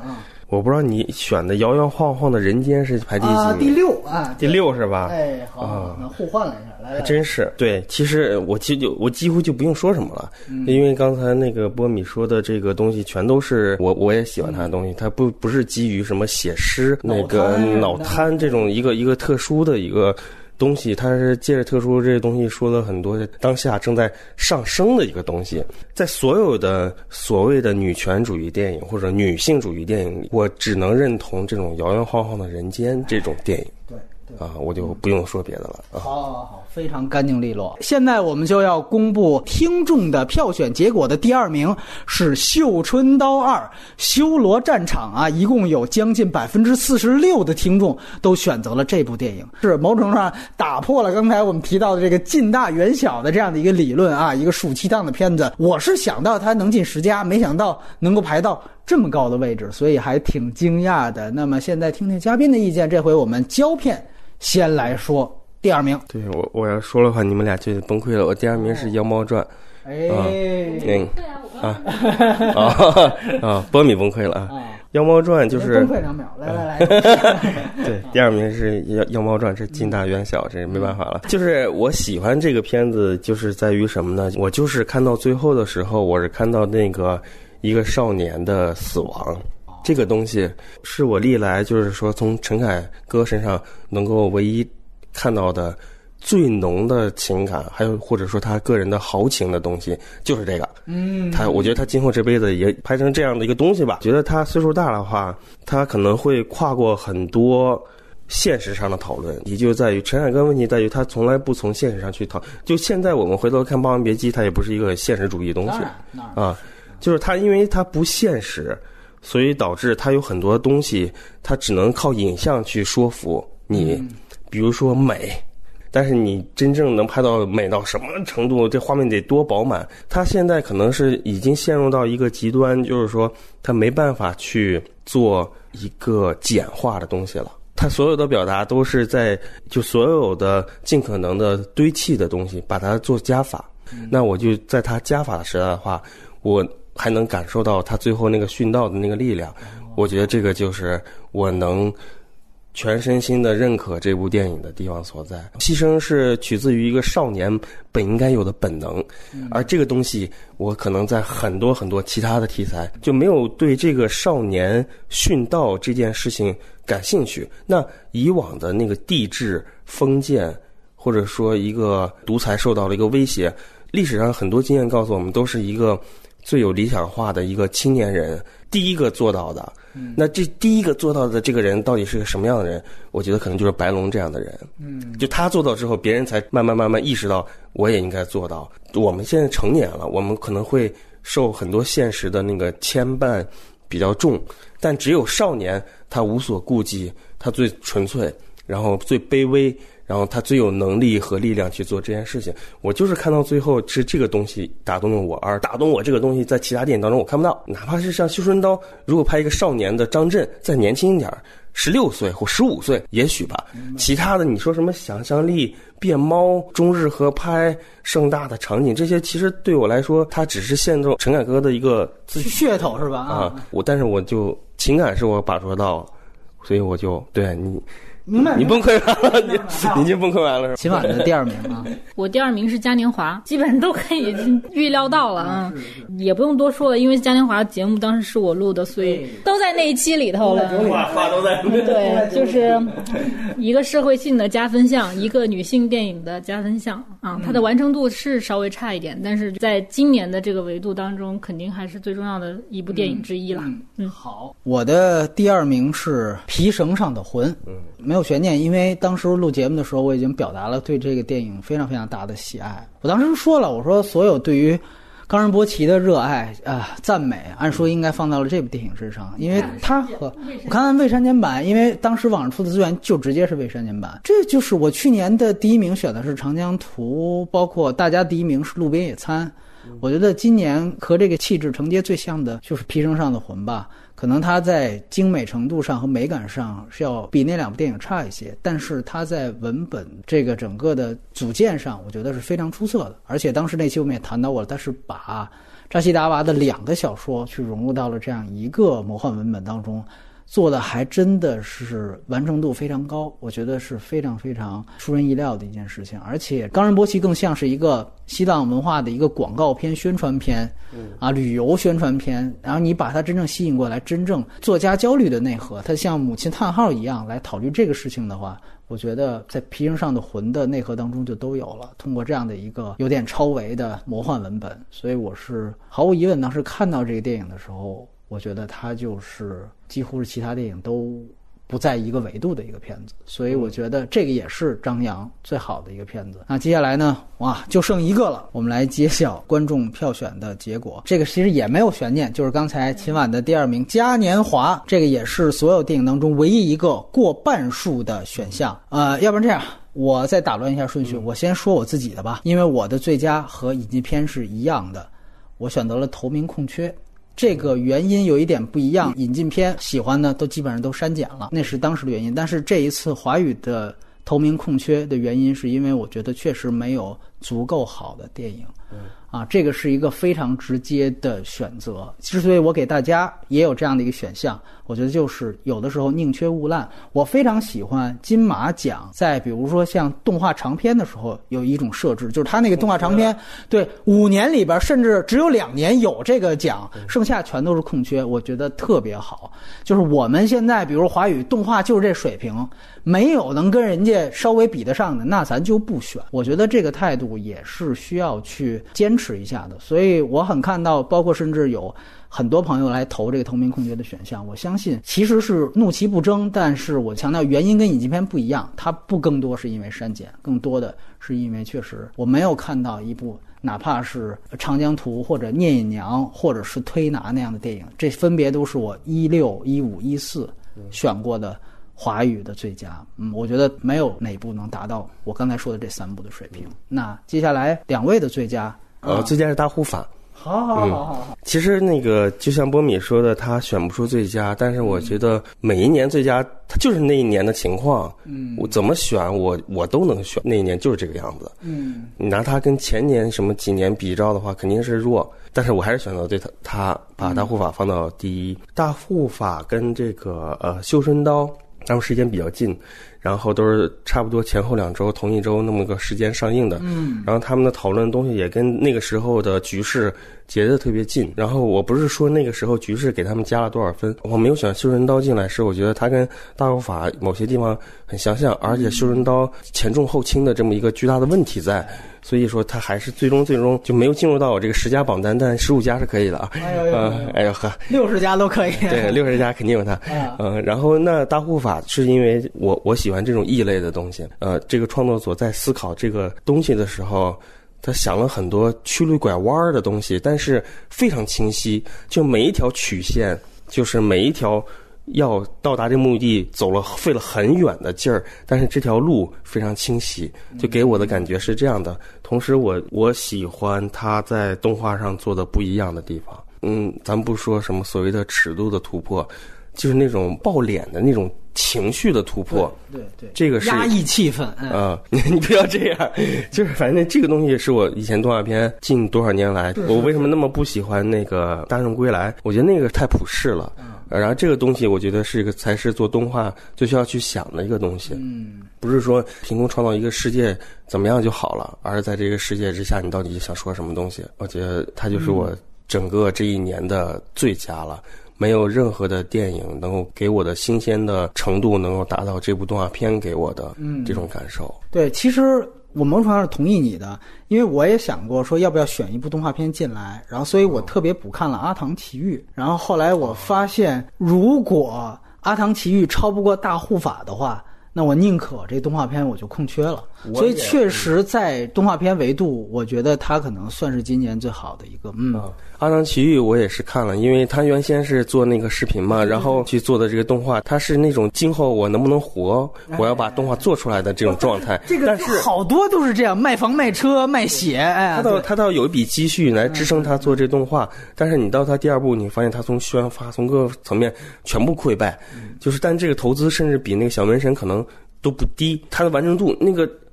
我不知道你选的摇摇晃晃的人间是排第几名？第6啊， 第6是吧？ 哎，好，那互换了一下，来， 真是对。其实我几乎就不用说什么了，因为刚才那个波米说的这个东西全都是我也喜欢他的东西，他不是基于什么写诗那个脑瘫这种一个特殊的一个东西，它是借着特殊这个东西说了很多当下正在上升的一个东西。在所有的所谓的女权主义电影或者女性主义电影里，我只能认同这种摇摇晃晃的人间这种电影。 对我就不用说别的了。 好，非常干净利落。现在我们就要公布听众的票选结果的第2名是《绣春刀2：修罗战场》啊，一共有将近46%的听众都选择了这部电影，是某种程度上打破了刚才我们提到的这个近大远小的这样的一个理论啊，一个暑期档的片子。我是想到它能进10佳，没想到能够排到这么高的位置，所以还挺惊讶的。那么现在听听嘉宾的意见，这回我们胶片先来说第2名。 对，我要说的话，你们俩就得崩溃了。我第2名是《妖猫传》。波米崩溃了啊！妖猫传就是崩溃2秒，来。 对，第2名是妖猫传，这近大远小，这没办法了。就是我喜欢这个片子，就是在于什么呢？我就是看到最后的时候，我是看到那个一个少年的死亡。这个东西是我历来就是说从陈凯歌身上能够唯一看到的最浓的情感，还有或者说他个人的豪情的东西，就是这个。我觉得他今后这辈子也拍成这样的一个东西吧。觉得他岁数大的话，他可能会跨过很多现实上的讨论，也就在于陈凯歌问题在于他从来不从现实上去讨。就现在我们回头看《霸王别姬》，它也不是一个现实主义的东西啊，就是他因为他不现实。所以导致它有很多东西，它只能靠影像去说服你，比如说美，但是你真正能拍到美到什么程度，这画面得多饱满。它现在可能是已经陷入到一个极端，就是说它没办法去做一个简化的东西了。它所有的表达都是在就所有的尽可能的堆砌的东西，把它做加法。那我就在它加法的时代的话，我还能感受到他最后那个殉道的那个力量，我觉得这个就是我能全身心的认可这部电影的地方所在。牺牲是取自于一个少年本应该有的本能，而这个东西我可能在很多很多其他的题材就没有对这个少年殉道这件事情感兴趣。那以往的那个帝制封建，或者说一个独裁受到了一个威胁，历史上很多经验告诉我们，都是一个最有理想化的一个青年人第一个做到的。那这第一个做到的这个人到底是个什么样的人？我觉得可能就是白龙这样的人。就他做到之后，别人才慢慢意识到我也应该做到。我们现在成年了，我们可能会受很多现实的那个牵绊比较重，但只有少年他无所顾忌，他最纯粹，然后最卑微，然后他最有能力和力量去做这件事情。我就是看到最后是这个东西打动了我，而打动我这个东西在其他电影当中我看不到。哪怕是像《绣春刀》，如果拍一个少年的张震再年轻一点，16岁或15岁也许吧。其他的你说什么想象力、变猫、中日合拍、盛大的场景，这些其实对我来说它只是限制陈凯歌的一个噱头是吧？ 但是我就情感是我把握到，所以我就对你明白， 你崩溃了，你已经崩溃完了是吧？ 秦晚的第2名啊， 我第2名是嘉年华，基本上都可以预料到了啊，也不用多说了，因为嘉年华节目当时是我录的，所以都在那一期里头了。 话都在。 对，就是一个社会性的加分项，一个女性电影的加分项啊，它的完成度是稍微差一点，但是在今年的这个维度当中，肯定还是最重要的一部电影之一了。 好，我的第2名是《皮绳上的魂》。没有悬念，因为当时录节目的时候我已经表达了对这个电影非常非常大的喜爱。我当时说了，我说所有对于冈仁波齐的热爱赞美，按说应该放到了这部电影之上，因为它和我看未删减版，因为当时网上出的资源就直接是未删减版。这就是我去年的第1名选的是《长江图》，包括大家第1名是《路边野餐》。我觉得今年和这个气质承接最像的就是《皮绳上的魂》吧。可能它在精美程度上和美感上是要比那2部电影差一些，但是它在文本这个整个的组建上，我觉得是非常出色的。而且当时那期我们也谈到过了，它是把扎西达娃的2个小说去融入到了这样一个魔幻文本当中， 做的还真的是完成度非常高，我觉得是非常非常出人意料的一件事情。而且冈仁波齐更像是一个西藏文化的一个广告片、宣传片，旅游宣传片。然后你把它真正吸引过来，真正作家焦虑的内核，它像母亲叹号一样来讨论这个事情的话，我觉得在皮绳上的魂的内核当中就都有了，通过这样的一个有点超维的魔幻文本。所以我是毫无疑问，当时看到这个电影的时候，我觉得它就是几乎是其他电影都不在一个维度的一个片子，所以我觉得这个也是张扬最好的一个片子。那接下来呢，就剩一个了，我们来揭晓观众票选的结果。这个其实也没有悬念，就是刚才秦晚的第2名《嘉年华》，这个也是所有电影当中唯一一个过半数的选项。要不然这样，我再打乱一下顺序，我先说我自己的吧，因为我的最佳和引进片是一样的，我选择了《投名空缺》。这个原因有一点不一样，引进片喜欢的都基本上都删减了，那是当时的原因。但是这一次华语的投名空缺的原因，是因为我觉得确实没有足够好的电影。这个是一个非常直接的选择。之所以我给大家也有这样的一个选项，我觉得就是有的时候宁缺毋滥。我非常喜欢金马奖在比如说像动画长片的时候有一种设置，就是他那个动画长片对5年里边甚至只有2年有这个奖，剩下全都是空缺，我觉得特别好。就是我们现在比如华语动画就是这水平，没有能跟人家稍微比得上的，那咱就不选。我觉得这个态度也是需要去坚持一下的。所以我很看到包括甚至有很多朋友来投这个投名空缺的选项，我相信其实是怒其不争，但是我强调原因跟引进片不一样，它不更多是因为删减，更多的是因为确实我没有看到一部哪怕是长江图或者聂隐娘或者是推拿那样的电影，这分别都是我16、15、14选过的华语的最佳。我觉得没有哪部能达到我刚才说的这3部的水平。那接下来2位的最佳， 最佳是大护法。 好。 其实那个就像波米说的，他选不出最佳，但是我觉得每一年最佳他就是那一年的情况。我怎么选我都能选，那一年就是这个样子。你拿他跟前年什么几年比照的话，肯定是弱，但是我还是选择对他把大护法放到第一。大护法跟这个绣春刀他们时间比较近，然后都是差不多前后2周同一周那么个时间上映的。然后他们的讨论的东西也跟那个时候的局势结得特别近。然后我不是说那个时候局势给他们加了多少分，我没有选绣春刀进来，是我觉得他跟大护法某些地方很相像，而且绣春刀前重后轻的这么一个巨大的问题在，所以说他还是最终就没有进入到我这个10佳榜单，但15佳是可以的啊。 60佳都可以。 对，60佳肯定有他。然后那大护法是因为我喜欢这种异类的东西。这个创作者在思考这个东西的时候，他想了很多曲率拐弯的东西，但是非常清晰，就每一条曲线，就是每一条要到达这目的费了很远的劲儿，但是这条路非常清晰，就给我的感觉是这样的。同时我喜欢他在动画上做的不一样的地方。咱不说什么所谓的尺度的突破，就是那种爆脸的那种情绪的突破。对，这个是压抑气氛。 你不要这样。就是反正这个东西是我以前动画片近多少年来，我为什么那么不喜欢那个《大圣归来》？我觉得那个太普世了。然后这个东西我觉得才是做动画最需要去想的一个东西。不是说凭空创造一个世界怎么样就好了，而是在这个世界之下你到底想说什么东西。我觉得它就是我整个这一年的最佳了。没有任何的电影能够给我的新鲜的程度能够达到这部动画片给我的这种感受。 对，其实我某种程度上是同意你的，因为我也想过说要不要选一部动画片进来，然后所以我特别补看了《阿唐奇遇》，然后后来我发现如果《阿唐奇遇》超不过大护法的话，那我宁可这动画片我就空缺了。所以确实在动画片维度，我觉得它可能算是今年最好的一个。 阿唐奇遇我也是看了，因为他原先是做那个视频嘛，然后去做的这个动画，他是那种今后我能不能活，我要把动画做出来的这种状态。但是好多都是这样，卖房卖车卖血。 他倒有一笔积蓄来支撑他做这动画，但是你到他第2部，你发现他从宣发从各个层面全部溃败。但这个投资甚至比那个小门神可能都不低，他的完成度那个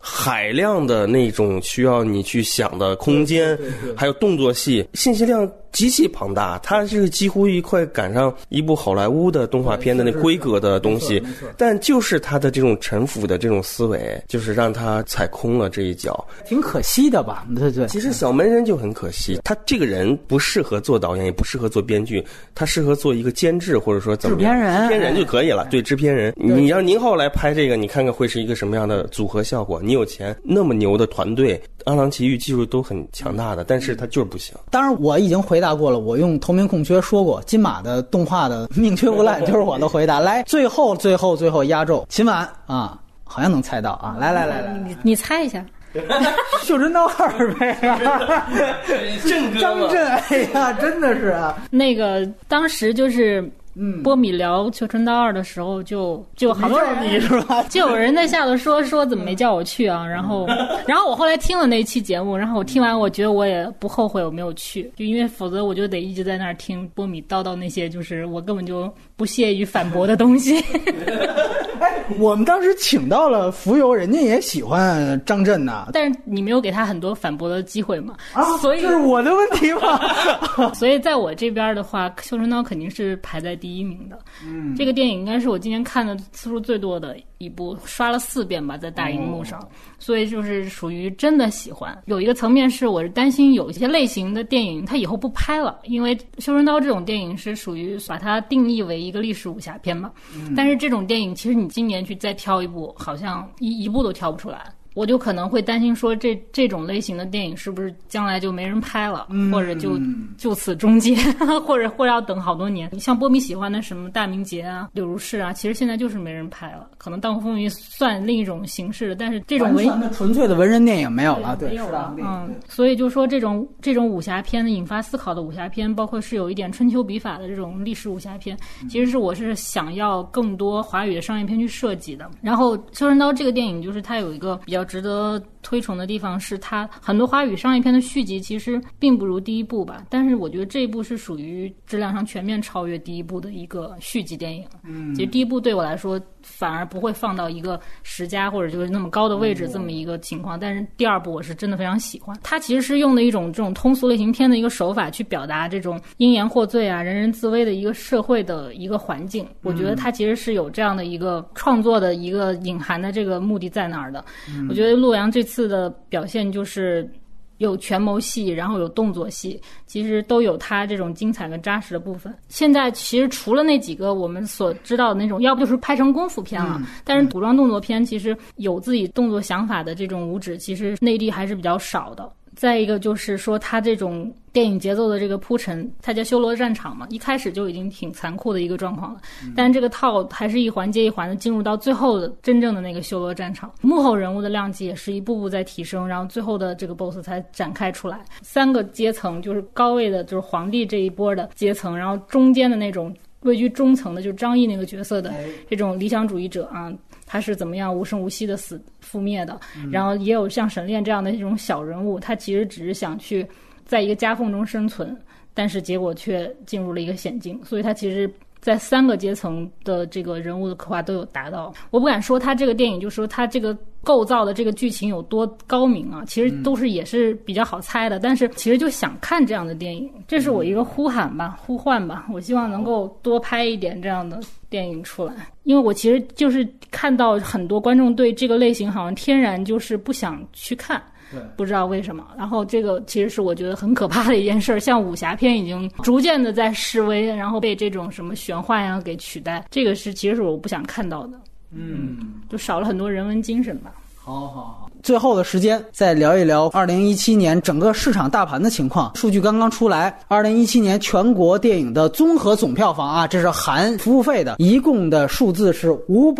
海量的那种需要你去想的空间，还有动作戏，信息量极其庞大，它是几乎快赶上一部好莱坞的动画片的那规格的东西，但就是它的这种陈腐的这种思维，就是让它踩空了这一脚， 挺可惜的吧？对对， 其实小门人就很可惜，他这个人不适合做导演，也不适合做编剧，他适合做一个监制，或者说怎么样制片人就可以了。对，制片人，你让宁浩来拍这个，你看看会是一个什么样的组合效果？你有钱，那么牛的团队，阿郎奇遇技术都很强大的，但是他就是不行。 当然，我已经回答过了，我用透明空缺说过，金马的动画的宁缺毋滥就是我的回答。来，最后压轴，秦晚啊，好像能猜到啊！来， 你猜一下。 绣春刀2呗，张震，哎呀，真的是啊！ 那个当时就是波米聊《绣春刀2》的时候就好多人是吧？ 就有人在下头说怎么没叫我去啊？然后我后来听了那一期节目，然后我听完，我觉得我也不后悔我没有去，就因为否则我就得一直在那儿听波米叨叨那些就是我根本就不屑于反驳的东西。 我们当时请到了浮游，人家也喜欢张震呐， 但是你没有给他很多反驳的机会嘛？ 所以这是我的问题吗？ 所以在我这边的话，《绣春刀》肯定是排在第1名的。这个电影应该是我今年看的次数最多的一部，刷了4遍吧，在大荧幕上。所以就是属于真的喜欢。有一个层面是我是担心有一些类型的电影它以后不拍了，因为《绣春刀》这种电影是属于把它定义为一个历史武侠片嘛。但是这种电影其实你今年去再挑一部，好像一部都挑不出来。我就可能会担心说这种类型的电影是不是将来就没人拍了，或者就此终结，或者要等好多年。像波米喜欢的什么大明劫啊、柳如是啊，其实现在就是没人拍了。可能《盗墓风云》算另一种形式的，但是这种纯粹的文人电影没有了，对， 没有了。所以就说这种武侠片的引发思考的武侠片，包括是有一点春秋笔法的这种历史武侠片，其实是我是想要更多华语的商业片去设计的。然后《绣春刀》这个电影就是它有一个比较值得推崇的地方，是它很多华语商业片的续集其实并不如第一部吧，但是我觉得这一部是属于质量上全面超越第一部的一个续集电影。其实第一部对我来说反而不会放到一个10佳或者就是那么高的位置这么一个情况，但是第2部我是真的非常喜欢。它其实是用的一种这种通俗类型片的一个手法去表达这种因言获罪啊、人人自危的一个社会的一个环境。我觉得它其实是有这样的一个创作的一个隐含的这个目的在那儿的。我觉得陆阳这次的表现就是有权谋戏，然后有动作戏，其实都有它这种精彩跟扎实的部分。现在其实除了那几个我们所知道的那种，要不就是拍成功夫片了，但是古装动作片其实有自己动作想法的这种武指，其实内地还是比较少的。再一个就是说它这种电影节奏的这个铺陈，它叫修罗战场嘛，一开始就已经挺残酷的一个状况了，但是这个套还是一环接一环的进入到最后的真正的那个修罗战场，幕后人物的量级也是一步步在提升，然后最后的这个 BOSS 才展开出来。3个阶层，就是高位的就是皇帝这一波的阶层，然后中间的那种位居中层的就是张译那个角色的这种理想主义者啊，他是怎么样无声无息的覆灭的。然后也有像沈炼这样的这种小人物，他其实只是想去在一个夹缝中生存，但是结果却进入了一个险境，所以他其实在3个阶层的这个人物的刻画都有达到。我不敢说他这个电影就说他这个构造的这个剧情有多高明啊，其实都是也是比较好猜的，但是其实就想看这样的电影，这是我一个呼唤吧，我希望能够多拍一点这样的电影出来。因为我其实就是看到很多观众对这个类型好像天然就是不想去看，不知道为什么。然后这个其实是我觉得很可怕的一件事，像武侠片已经逐渐的在式微，然后被这种什么玄幻呀给取代，这个是其实是我不想看到的。就少了很多人文精神吧。 好，最后的时间再聊一聊2017年整个市场大盘的情况。数据刚刚出来，2017年全国电影的综合总票房啊，这是含服务费的，一共的数字是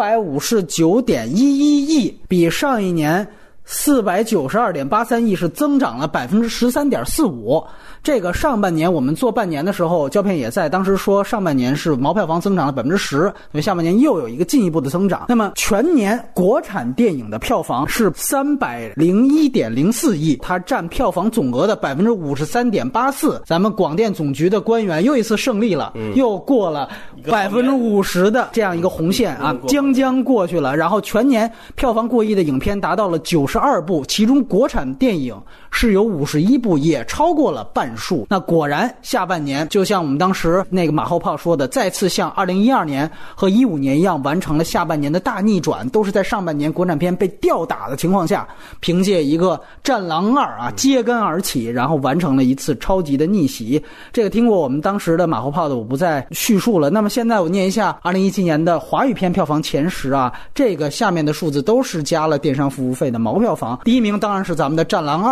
559.11亿，比上一年492.83亿是增长了 13.45%。这个上半年我们做半年的时候，胶片也在当时说上半年是毛票房增长了 10%， 所以下半年又有一个进一步的增长。那么全年国产电影的票房是301.04亿，它占票房总额的 53.84%。咱们广电总局的官员又一次胜利了，又过了 50% 的这样一个红线啊，将过去了。然后全年票房过亿的影片达到了90 52部，其中国产电影是有51部，也超过了半数。那果然下半年就像我们当时那个马后炮说的，再次像2012年和15年一样，完成了下半年的大逆转，都是在上半年国产片被吊打的情况下，凭借一个《战狼2》揭竿而起，然后完成了一次超级的逆袭。这个听过我们当时的马后炮的，我不再叙述了。那么现在我念一下2017年的华语片票房前10这个下面的数字都是加了电商服务费的毛票房。第一名当然是咱们的《战狼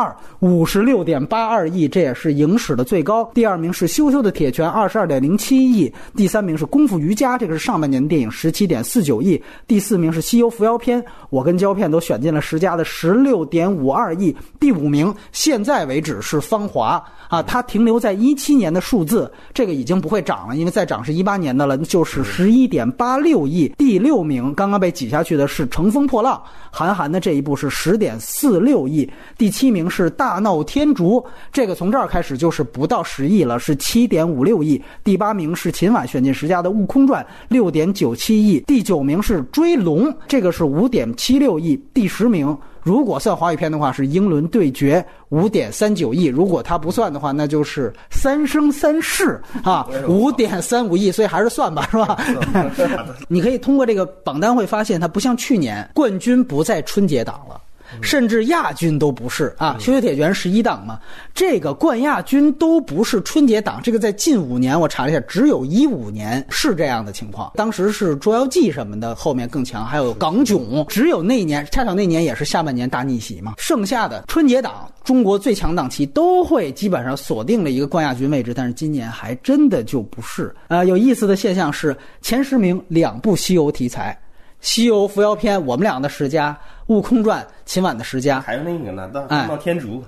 2》56.82亿，这也是影史的最高。第二名是《羞羞的铁拳》22.07亿，第三名是《功夫瑜伽》，这个是上半年的电影17.49亿，第四名是《西游伏妖篇》，我跟胶片都选进了10佳的16.52亿，第五名现在为止是《芳华》它停留在17年的数字，这个已经不会涨了，因为再涨是18年的了，就是11.86亿。第六名刚刚被挤下去的是《乘风破浪》，韩寒的这一部是10.46亿。第七名是《大闹天竺》，这个从这儿开始就是不到10亿了，是7.56亿。第八名是秦晚选进10佳的《悟空传》6.97亿。第九名是《追龙》，这个是5.76亿。第10名如果算华语片的话是《英伦对决》5.39亿，如果它不算的话那就是《三生三世》5.35亿，所以还是算吧，是吧？你可以通过这个榜单会发现，它不像去年冠军不在春节档了，甚至亚军都不是羞羞铁拳11档嘛，这个冠亚军都不是春节档，这个在近5年我查了一下，只有15年是这样的情况。当时是捉妖记什么的后面更强，还有港囧，只有那一年，恰巧那年也是下半年大逆袭嘛。剩下的春节档中国最强档期都会基本上锁定了一个冠亚军位置，但是今年还真的就不是。有意思的现象是前10名2部西游题材，西游伏妖篇我们俩的10佳，悟空传秦晚的10佳， 还有那个呢，大闹天竺，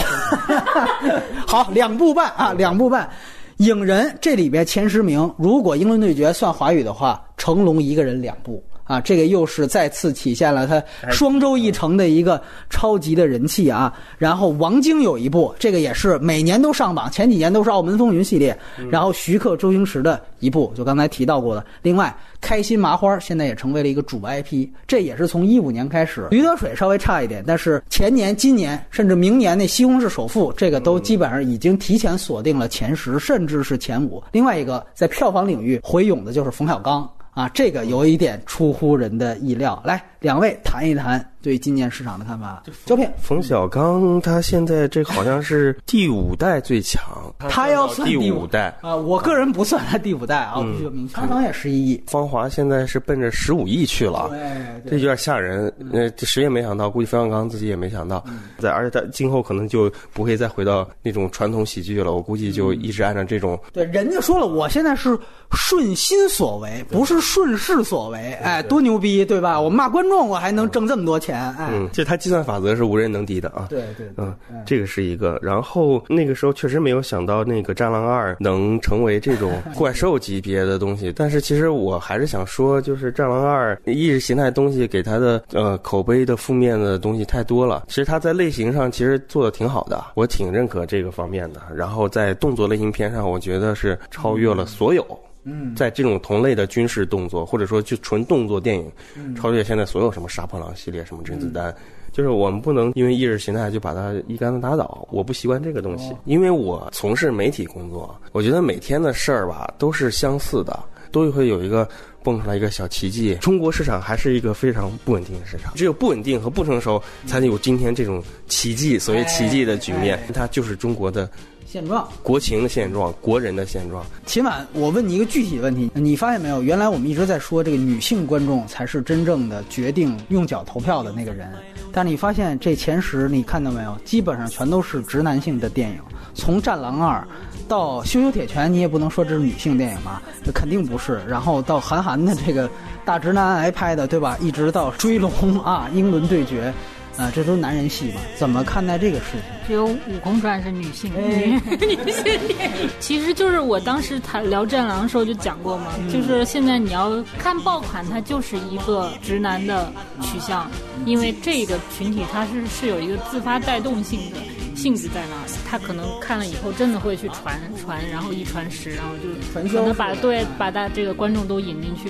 好，2部半2部半。影人这里边前10名，如果英伦对决算华语的话，成龙一个人2部这个又是再次体现了他双周一成的一个超级的人气然后王晶有一部，这个也是每年都上榜，前几年都是澳门风云系列，然后徐克周星驰的一部，就刚才提到过的。另外开心麻花现在也成为了一个主 IP， 这也是从15年开始。驴得水稍微差一点，但是前年今年甚至明年那西红柿首富这个都基本上已经提前锁定了前10，甚至是前5。另外一个在票房领域回勇的就是冯小刚这个有一点出乎人的意料。来，两位谈一谈对今年市场的看法。胶片， 冯小刚他现在这好像是第5代最强， 他要算第5代我个人不算他第5代必须有明确。他也11亿， 芳华现在是奔着15亿去了，这有点吓人。谁也没想到，估计冯小刚自己也没想到，而且他今后可能就不会再回到那种传统喜剧了，我估计就一直按照这种。 对，人家说了，我现在是顺心所为，不是顺势所为。多牛逼，对吧？我骂观众，我还能挣这么多钱。 这他计算法则是无人能敌的对， 这个是一个。然后那个时候确实没有想到那个《战狼2》能成为这种怪兽级别的东西，但是其实我还是想说，就是《战狼2》意识形态东西给他的口碑的负面的东西太多了。其实他在类型上其实做的挺好的，我挺认可这个方面的。然后在动作类型片上，我觉得是超越了所有。在这种同类的军事动作，或者说就纯动作电影，超越现在所有什么杀破狼系列、什么甄子丹，就是我们不能因为意识形态就把它一竿子打倒。我不习惯这个东西，因为我从事媒体工作，我觉得每天的事儿吧都是相似的，都会有一个蹦出来一个小奇迹。中国市场还是一个非常不稳定的市场，只有不稳定和不成熟，才有今天这种奇迹。所谓奇迹的局面，它就是中国的现状， 国情的现状，国人的现状。 秦晚，我问你一个具体的问题，你发现没有？原来我们一直在说这个女性观众才是真正的决定用脚投票的那个人，但你发现这前10你看到没有？基本上全都是直男性的电影，从《战狼2》到《羞羞铁拳》，你也不能说这是女性电影吧？这肯定不是。然后到韩寒的这个大直男癌拍的，对吧？一直到《追龙》英伦对决。这都是男人戏嘛？怎么看待这个事情？ 只有《悟空传》是女性电影。其实就是我当时聊《战狼》的时候就讲过嘛，就是现在你要看爆款，它就是一个直男的取向，因为这个群体它是有一个自发带动性的性质在那儿，他可能看了以后真的会去传，然后一传十，然后就可能把大这个观众都引进去。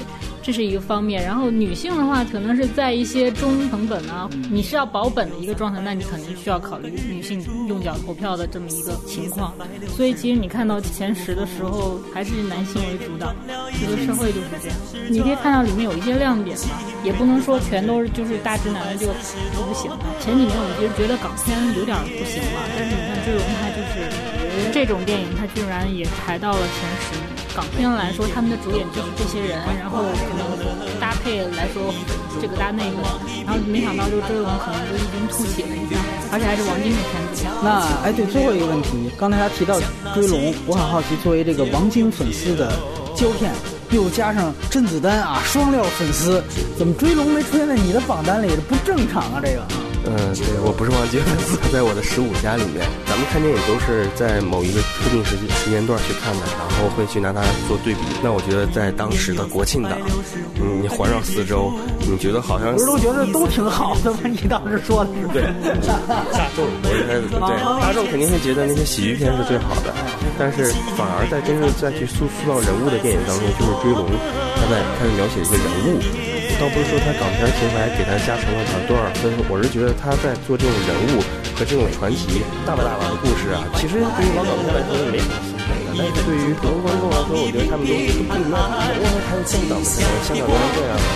这是一个方面。然后女性的话，可能是在一些中成本啊，你是要保本的一个状态，那你肯定需要考虑女性用脚投票的这么一个情况。所以其实你看到前10的时候，还是男性为主导，这个社会就是这样。你可以看到里面有一些亮点吧，也不能说全都是就是大直男的就不行了。前几年我其实觉得港片有点不行了，但是你看《追龙》它就是这种电影，它居然也排到了前10。港片来说，他们的主演就是这些人，然后可能搭配来说这个搭那个，然后没想到就追龙可能就异军突起了一下，而且还是王晶的片子。 那对，最后一个问题，刚才他提到追龙，我很好奇，作为这个王晶粉丝的胶片，又加上甄子丹啊双料粉丝，怎么追龙没出现在你的榜单里？不正常啊，这个。 对，我不是王晶粉丝，在我的15家里面，咱们看电影都是在某一个特定时间段去看的，然后会去拿它做对比。那我觉得在当时的国庆档，你环绕4周，你觉得好像不是都觉得都挺好的吗？你当时说的是对，大众，我觉得对，大众肯定会觉得那些喜剧片是最好的，但是反而在真正再去塑造人物的电影当中，就是追龙，他在描写一个人物。倒不是说他港片情怀给他加成了多少分，我是觉得他在做这种人物和这种传奇大把的故事啊，其实对于老港片来说是没什么新鲜的，但是对于普通观众来说，我觉得他们都不明白，因为还有香港的香港原来这样。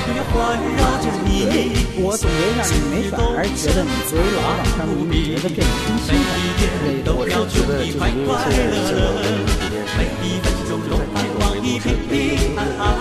我总结一下，你没选，还是觉得你作为老港片迷，你觉得变得新鲜？ 我是觉得就是因为现在香港的问题普遍是这样，就是在大众维度上。